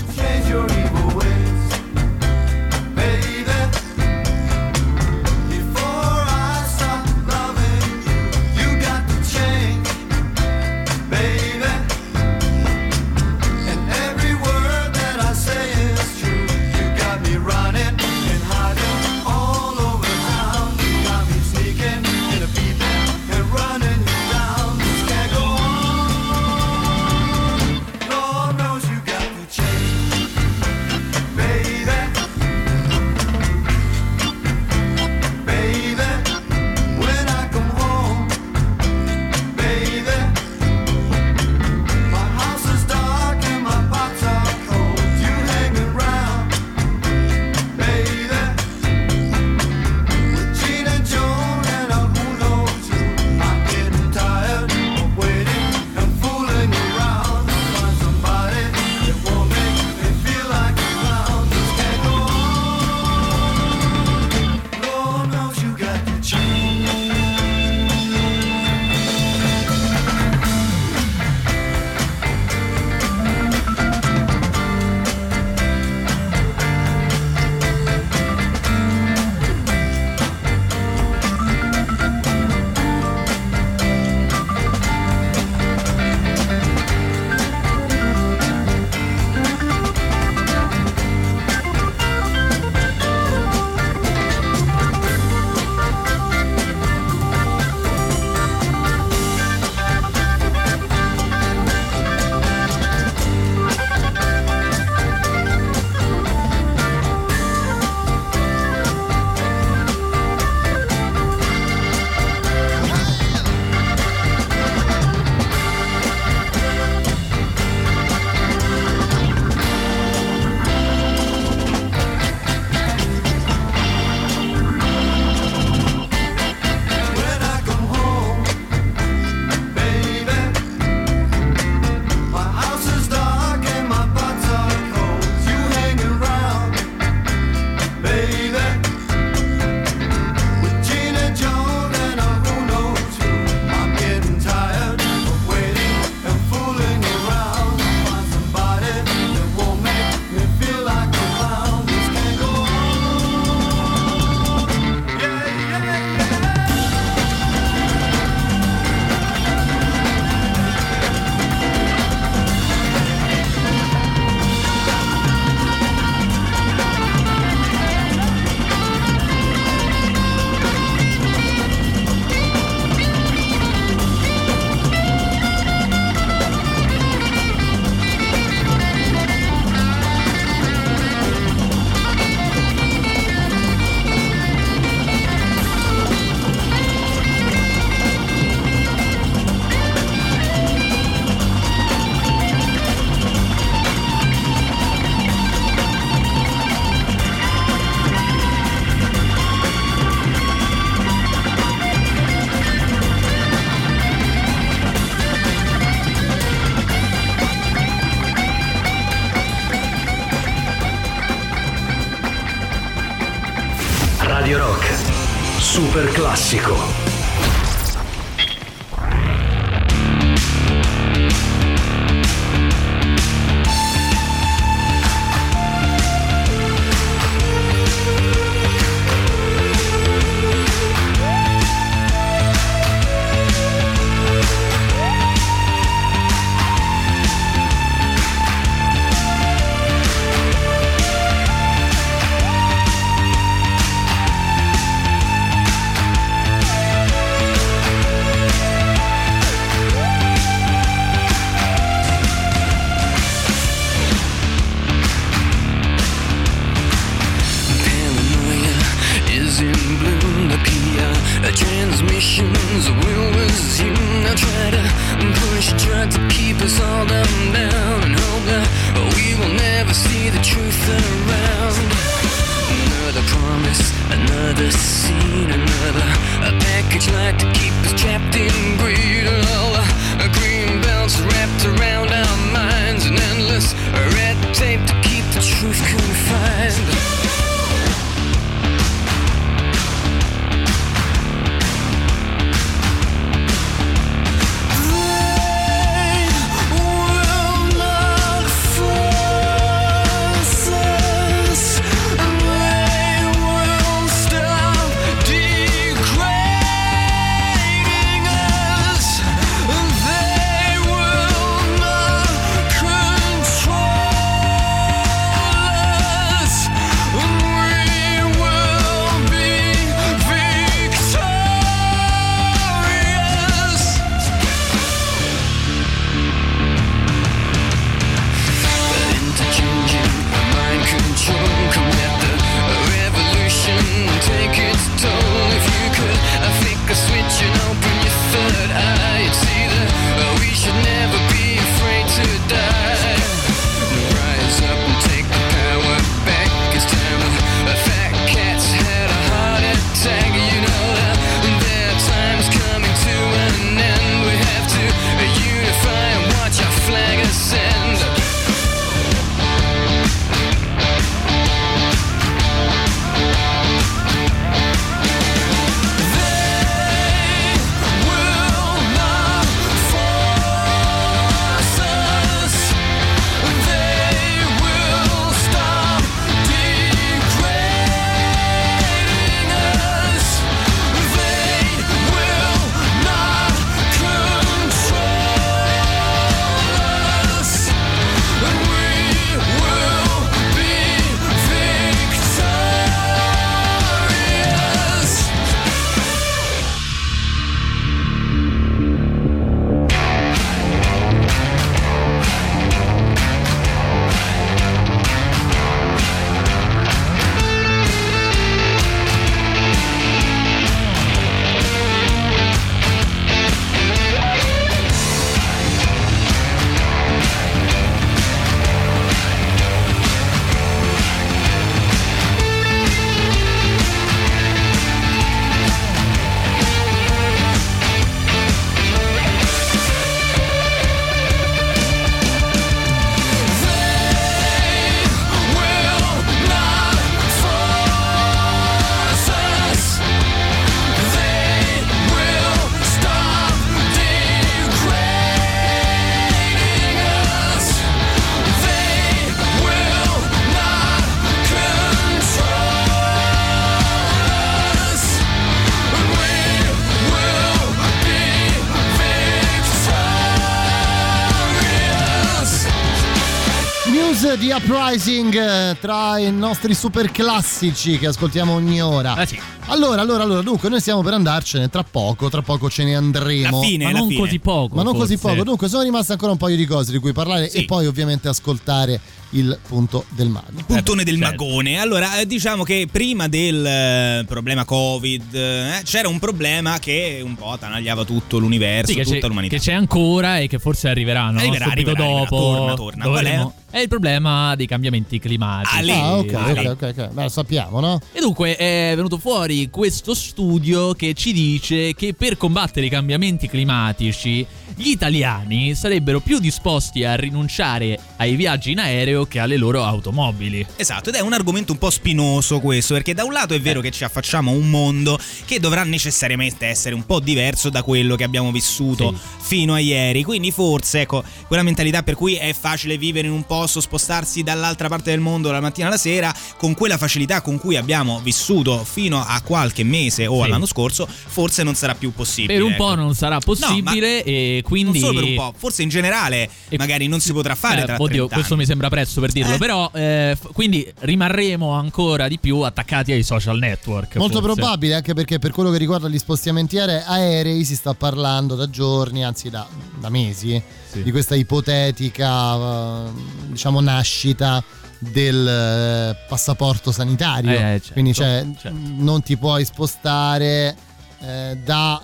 super classico. The Uprising tra i nostri super classici che ascoltiamo ogni ora. Ah, sì. Allora, allora, allora, dunque noi stiamo per andarcene tra poco, tra poco ce ne andremo. La fine, ma la non fine. così poco. Ma non forse. così poco. Dunque sono rimaste ancora un paio di cose di cui parlare Sì. e poi ovviamente ascoltare il punto del mago. Puntone del certo. magone. Allora, eh, diciamo che prima del eh, problema Covid eh, c'era un problema che un po' attanagliava tutto l'universo, Sì, che, tutta c'è, l'umanità. che c'è ancora e che forse arriverà, no? Arriverà, Subito arriverà, arriverà. dopo. Torna, torna. dovremo- Qual È il problema dei cambiamenti climatici. Ale. Ah, ok, Ale. ok, ok, ok. Beh, lo sappiamo, no? E dunque è venuto fuori questo studio che ci dice che per combattere i cambiamenti climatici gli italiani sarebbero più disposti a rinunciare ai viaggi in aereo che alle loro automobili. Esatto, ed è un argomento un po' spinoso questo, perché da un lato è vero eh. che ci affacciamo a un mondo che dovrà necessariamente essere un po' diverso da quello che abbiamo vissuto sì. fino a ieri, quindi forse ecco quella mentalità per cui è facile vivere in un posto, spostarsi dall'altra parte del mondo dalla mattina alla sera, con quella facilità con cui abbiamo vissuto fino a qualche mese o sì. all'anno scorso, forse non sarà più possibile. Per un ecco. po' non sarà possibile, no, e quindi non solo per un po', forse in generale e magari non si potrà fare eh, tra oddio, questo anni. Mi sembra presto per dirlo, eh. però eh, f- quindi rimarremo ancora di più attaccati ai social network. Molto forse. probabile, anche perché per quello che riguarda gli spostamenti aerei si sta parlando da giorni, anzi da, da mesi, sì. di questa ipotetica diciamo nascita del passaporto sanitario, eh, certo, quindi cioè certo. non ti puoi spostare eh, da,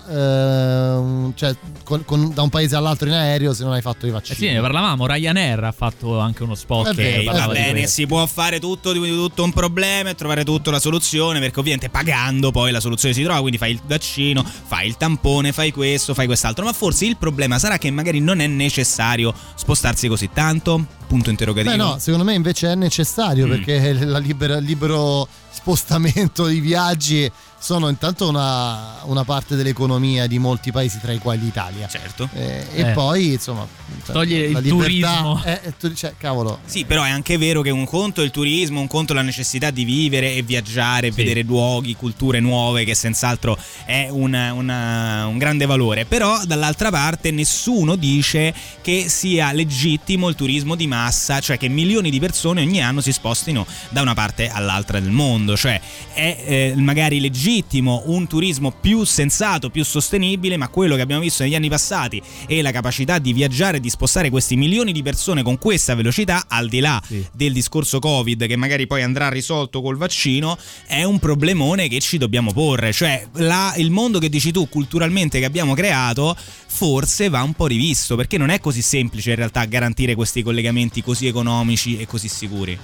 eh, cioè, con, con, da un paese all'altro in aereo se non hai fatto i vaccini. Eh sì, ne parlavamo, Ryanair ha fatto anche uno spot okay, che va bene, si può fare tutto di tutto un problema e trovare tutto la soluzione, perché ovviamente pagando poi la soluzione si trova, quindi fai il vaccino, fai il tampone, fai questo, fai quest'altro, ma forse il problema sarà che magari non è necessario spostarsi così tanto? Punto interrogativo. Beh no, secondo me invece è necessario mm. perché la libera, libero spostamento di viaggi sono intanto una, una parte dell'economia di molti paesi, tra i quali l'Italia. Certo. Eh, eh. E poi, insomma, toglie la il libertà, turismo. È, è, cioè, cavolo. Sì, però è anche vero che un conto è il turismo, un conto è la necessità di vivere e viaggiare, sì. vedere luoghi, culture nuove, che senz'altro è una, una, un grande valore. Però dall'altra parte nessuno dice che sia legittimo il turismo di massa, cioè che milioni di persone ogni anno si spostino da una parte all'altra del mondo. Cioè è eh, magari legittimo un turismo più sensato, più sostenibile, ma quello che abbiamo visto negli anni passati e la capacità di viaggiare e di spostare questi milioni di persone con questa velocità, al di là sì. del discorso Covid che magari poi andrà risolto col vaccino, è un problemone che ci dobbiamo porre. Cioè la, il mondo che dici tu culturalmente che abbiamo creato forse va un po' rivisto, perché non è così semplice in realtà garantire questi collegamenti così economici e così sicuri.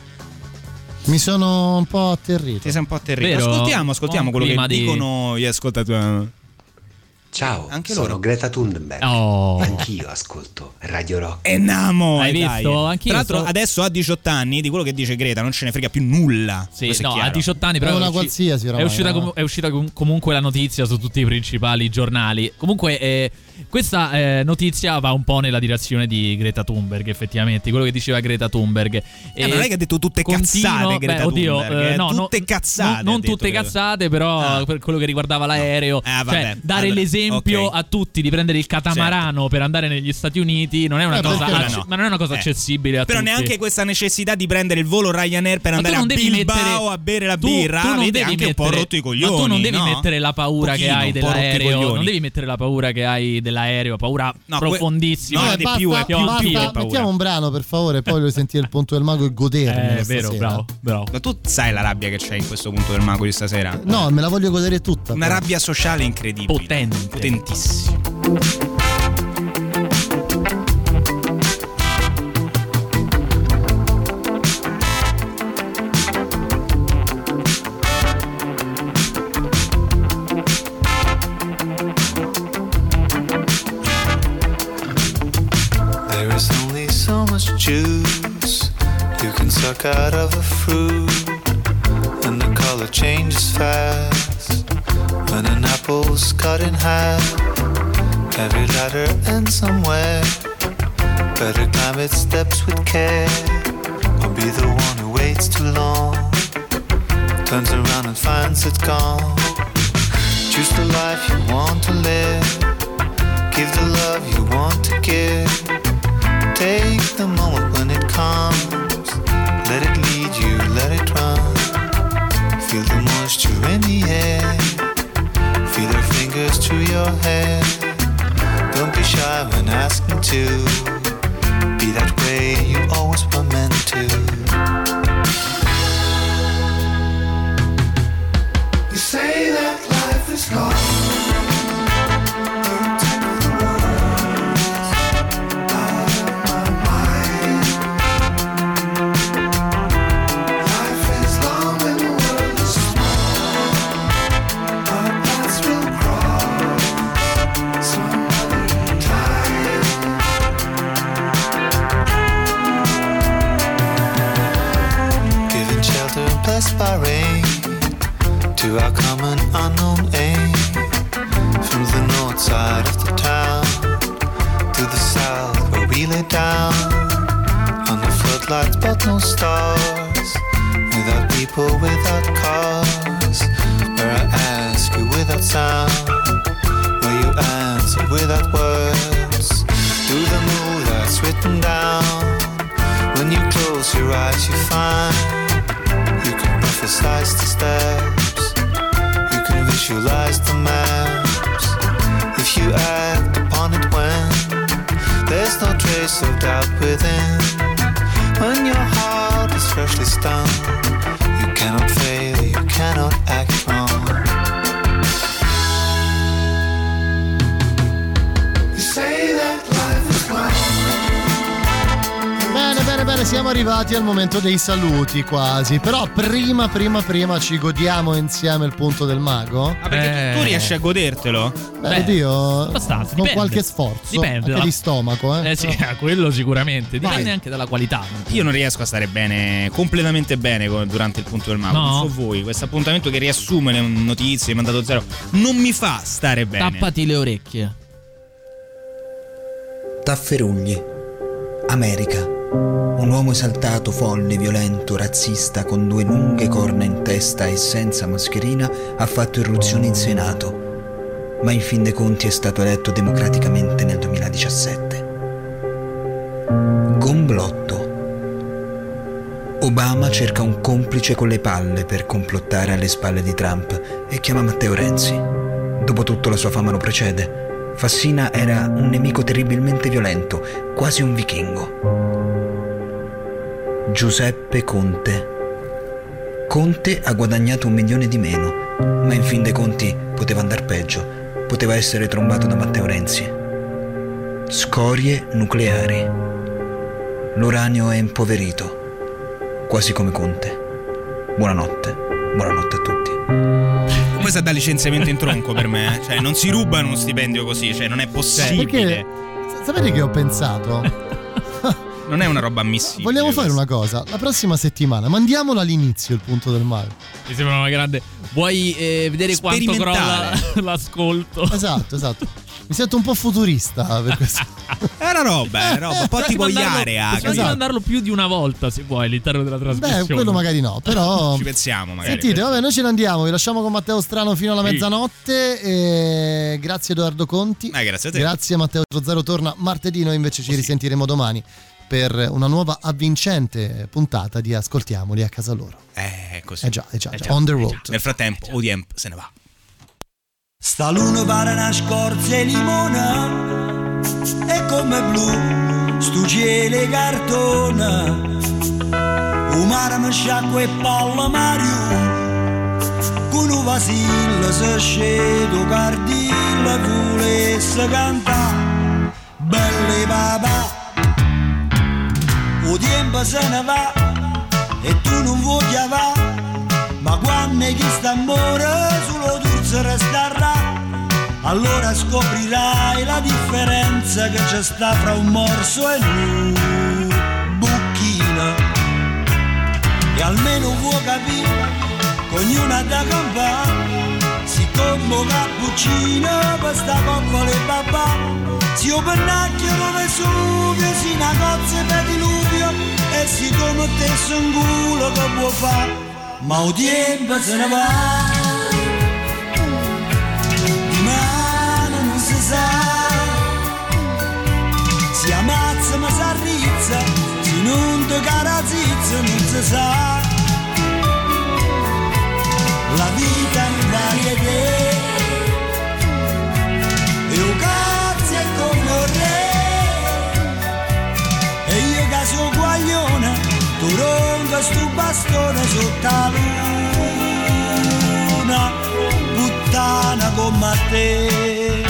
Mi sono un po' atterrito. Ti sei un po' atterrito. Vero? Ascoltiamo, ascoltiamo quello che di... dicono gli ascoltatori. Ciao, anche sono loro. Greta Thunberg. Oh. Anch'io ascolto Radio Rock. E namo, hai visto? Anch'io. Tra l'altro so... adesso a diciotto anni di quello che dice Greta non ce ne frega più nulla. Sì, no, a diciotto anni però è una è, usci- qualsiasi oramai, è uscita, no? com- è uscita com- comunque la notizia su tutti i principali giornali. Comunque eh, questa eh, notizia va un po' nella direzione di Greta Thunberg, effettivamente, quello che diceva Greta Thunberg. E eh, non è che ha detto tutte continuo, cazzate Greta beh, oddio, Thunberg, eh, eh, no, tutte no, cazzate. No, non tutte Greta. cazzate, però ah. per quello che riguardava l'aereo, no. eh, vabbè, cioè dare allora, l'esempio okay. a tutti di prendere il catamarano certo. per andare negli Stati Uniti non è una eh, cosa acc- no. ma non è una cosa eh. accessibile a però tutti. neanche questa necessità di prendere il volo Ryanair per ma andare a Bilbao mettere, a bere la tu, birra, tu non avete devi anche mettere, un po' rotto i coglioni. Ma tu non devi no? mettere la paura Pochino, che hai dell'aereo, non devi mettere la paura che hai dell'aereo, paura no, profondissima. No, eh, di basta, più, è più, basta, più è mettiamo un brano per favore, poi voglio sentire il punto del mago e goderne. Eh, è vero, bravo, bravo. Ma tu sai la rabbia che c'è in questo punto del mago di stasera? No, me la voglio godere tutta. Una però. rabbia sociale incredibile. Potente. Potentissima. There is only so much juice you can suck out of a fruit, and the color changes fast when an apple's cut in half. Every ladder ends somewhere. Better climb its steps with care, or be the one who waits too long, turns around and finds it gone. Choose the life you want to live, give the love you want to give. Take the moment when it comes, let it lead you, let it run. Feel the moisture in the air, feel her fingers through your hair. Don't be shy when asking to be that way you always were meant to. You say that life is gone. Tired to our common unknown aim. From the north side of the town to the south where we lay down under floodlights but no stars, without people, without cars, where I ask you without sound, where you answer without words, through the mood that's written down. When you close your eyes you find you can prophesize the steps, you can visualize the maps, if you act upon it when there's no trace of doubt within. When your heart is freshly stung, you cannot fail, you cannot act wrong. You say that life is wild. Bene, bene, bene, siamo arrivati al momento dei saluti quasi. Però prima, prima, prima ci godiamo insieme il punto del mago. Ah, perché Eh. tu, tu riesci a godertelo? Beh, oddio, abbastanza, con dipende. qualche sforzo, Dipende anche dalla- di stomaco, eh. Eh sì, quello sicuramente. Dipende Vai. anche dalla qualità. Io non riesco a stare bene, completamente bene come durante il punto del mago. No. Non so voi, questo appuntamento che riassume le notizie, mandato zero, non mi fa stare bene. Tappati le orecchie. Tafferugli, America. Un uomo esaltato, folle, violento, razzista, con due lunghe corna in testa e senza mascherina, ha fatto irruzione in Senato, ma in fin dei conti è stato eletto democraticamente nel duemiladiciassette. Gomblotto. Obama cerca un complice con le palle per complottare alle spalle di Trump e chiama Matteo Renzi. Dopotutto la sua fama lo precede. Fassina era un nemico terribilmente violento, quasi un vichingo. Giuseppe Conte. Conte ha guadagnato un milione di meno, ma in fin dei conti poteva andar peggio. Poteva essere trombato da Matteo Renzi. Scorie nucleari. L'uranio è impoverito, quasi come Conte. Buonanotte, buonanotte a tutti. Questo è da licenziamento in tronco per me, eh. Cioè non si ruba uno stipendio così, cioè non è possibile. Perché sapete che ho pensato? Non è una roba ammissibile. Vogliamo fare una cosa, la prossima settimana mandiamolo all'inizio il punto del mago. Mi sembra una grande. Vuoi eh, vedere quanto crolla Sperimentale. l'ascolto? Esatto, esatto. Mi sento un po' futurista per questo. È una roba, è una roba, un po' tipo Iarea. Possiamo Esatto. mandarlo più di una volta se vuoi all'interno della trasmissione. Beh, quello magari no, però Ci pensiamo magari. sentite, vabbè, noi ce ne andiamo, vi lasciamo con Matteo Strano fino alla Sì. mezzanotte e grazie Edoardo Conti. Eh, grazie a te. Grazie Matteo Zero, torna martedì, noi invece ci risentiremo domani per una nuova avvincente puntata di Ascoltiamoli a casa loro. Eh, così. Eh già, eh già, già. On the road. Nel frattempo, Odiem se ne va. Sta luna pare una scorza e limona e come blu stu cielo cartona o mare mi sciacqua e palla Mario con un vasillo se scedo cardilla volesse cantare belle papà o tempo se ne va e tu non vuoi va ma quando è che sta amore solo tu resterà allora scoprirai la differenza che c'è sta fra un morso e un bucchino e almeno vuoi capire che ognuna da campare si combo cappuccino per sta coppola e babà si io pennacchio non Vesuvio si una cozza per diluvio e si come te un culo che può fare ma o tempo se ne va si ammazza ma si arrizza si non ti carazizza non si sa la vita in varietà e un cazzo è come un re e io che sono guaglione tu ronca sto bastone sotto la luna puttana come te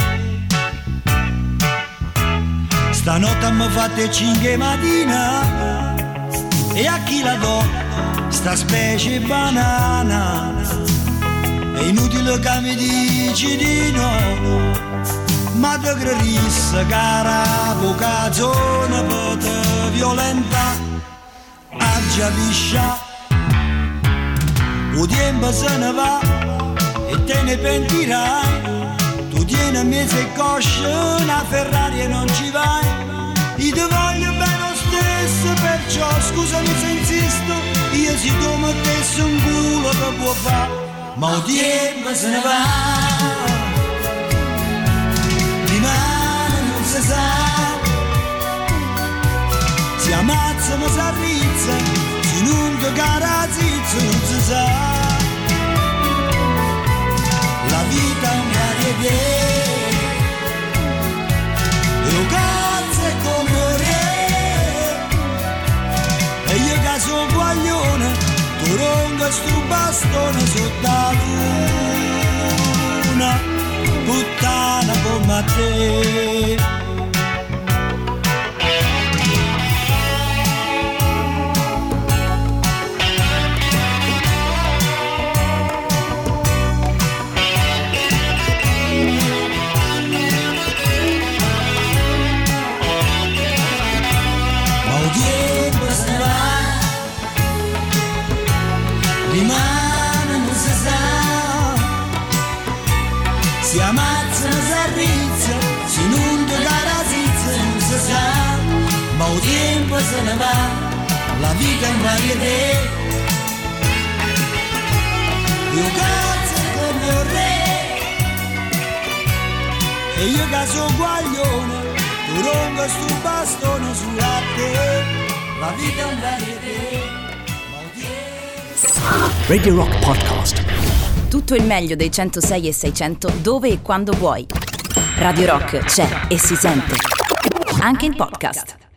stanotte mi fate cinque mattina e a chi la do sta specie banana è inutile che mi dici di no ma te credisse cara poca zona per te violenta a già viscia o tempo se ne va e te ne pentirai. Tu tieni a me se coscia una Ferrari e non ci vai. Io ti voglio bene lo stesso, perciò scusami se insisto. Io si tu mettessi un culo che può fare, ma il tempo se ne va. Rimane non si sa. Si ammazza ma si arrizza, si non cara zizzo non si sa. La vita è un varietà, e lo cazzo è come re. E io che sono guaglione, tu ronca sto bastone sotto la luna, puttana come te. Rimane non si sa. Si ammazzano, si arrizza, si inonda la zizza non si sa. Ma il tempo se ne va, la vita è un varietà. Io cazzo come un re, e io che sono guaglione, tu ronca sto bastone sulla te. La vita è un varietà. Radio Rock Podcast. Tutto il meglio dei centosei e seicento dove e quando vuoi. Radio Rock c'è e si sente. Anche in podcast.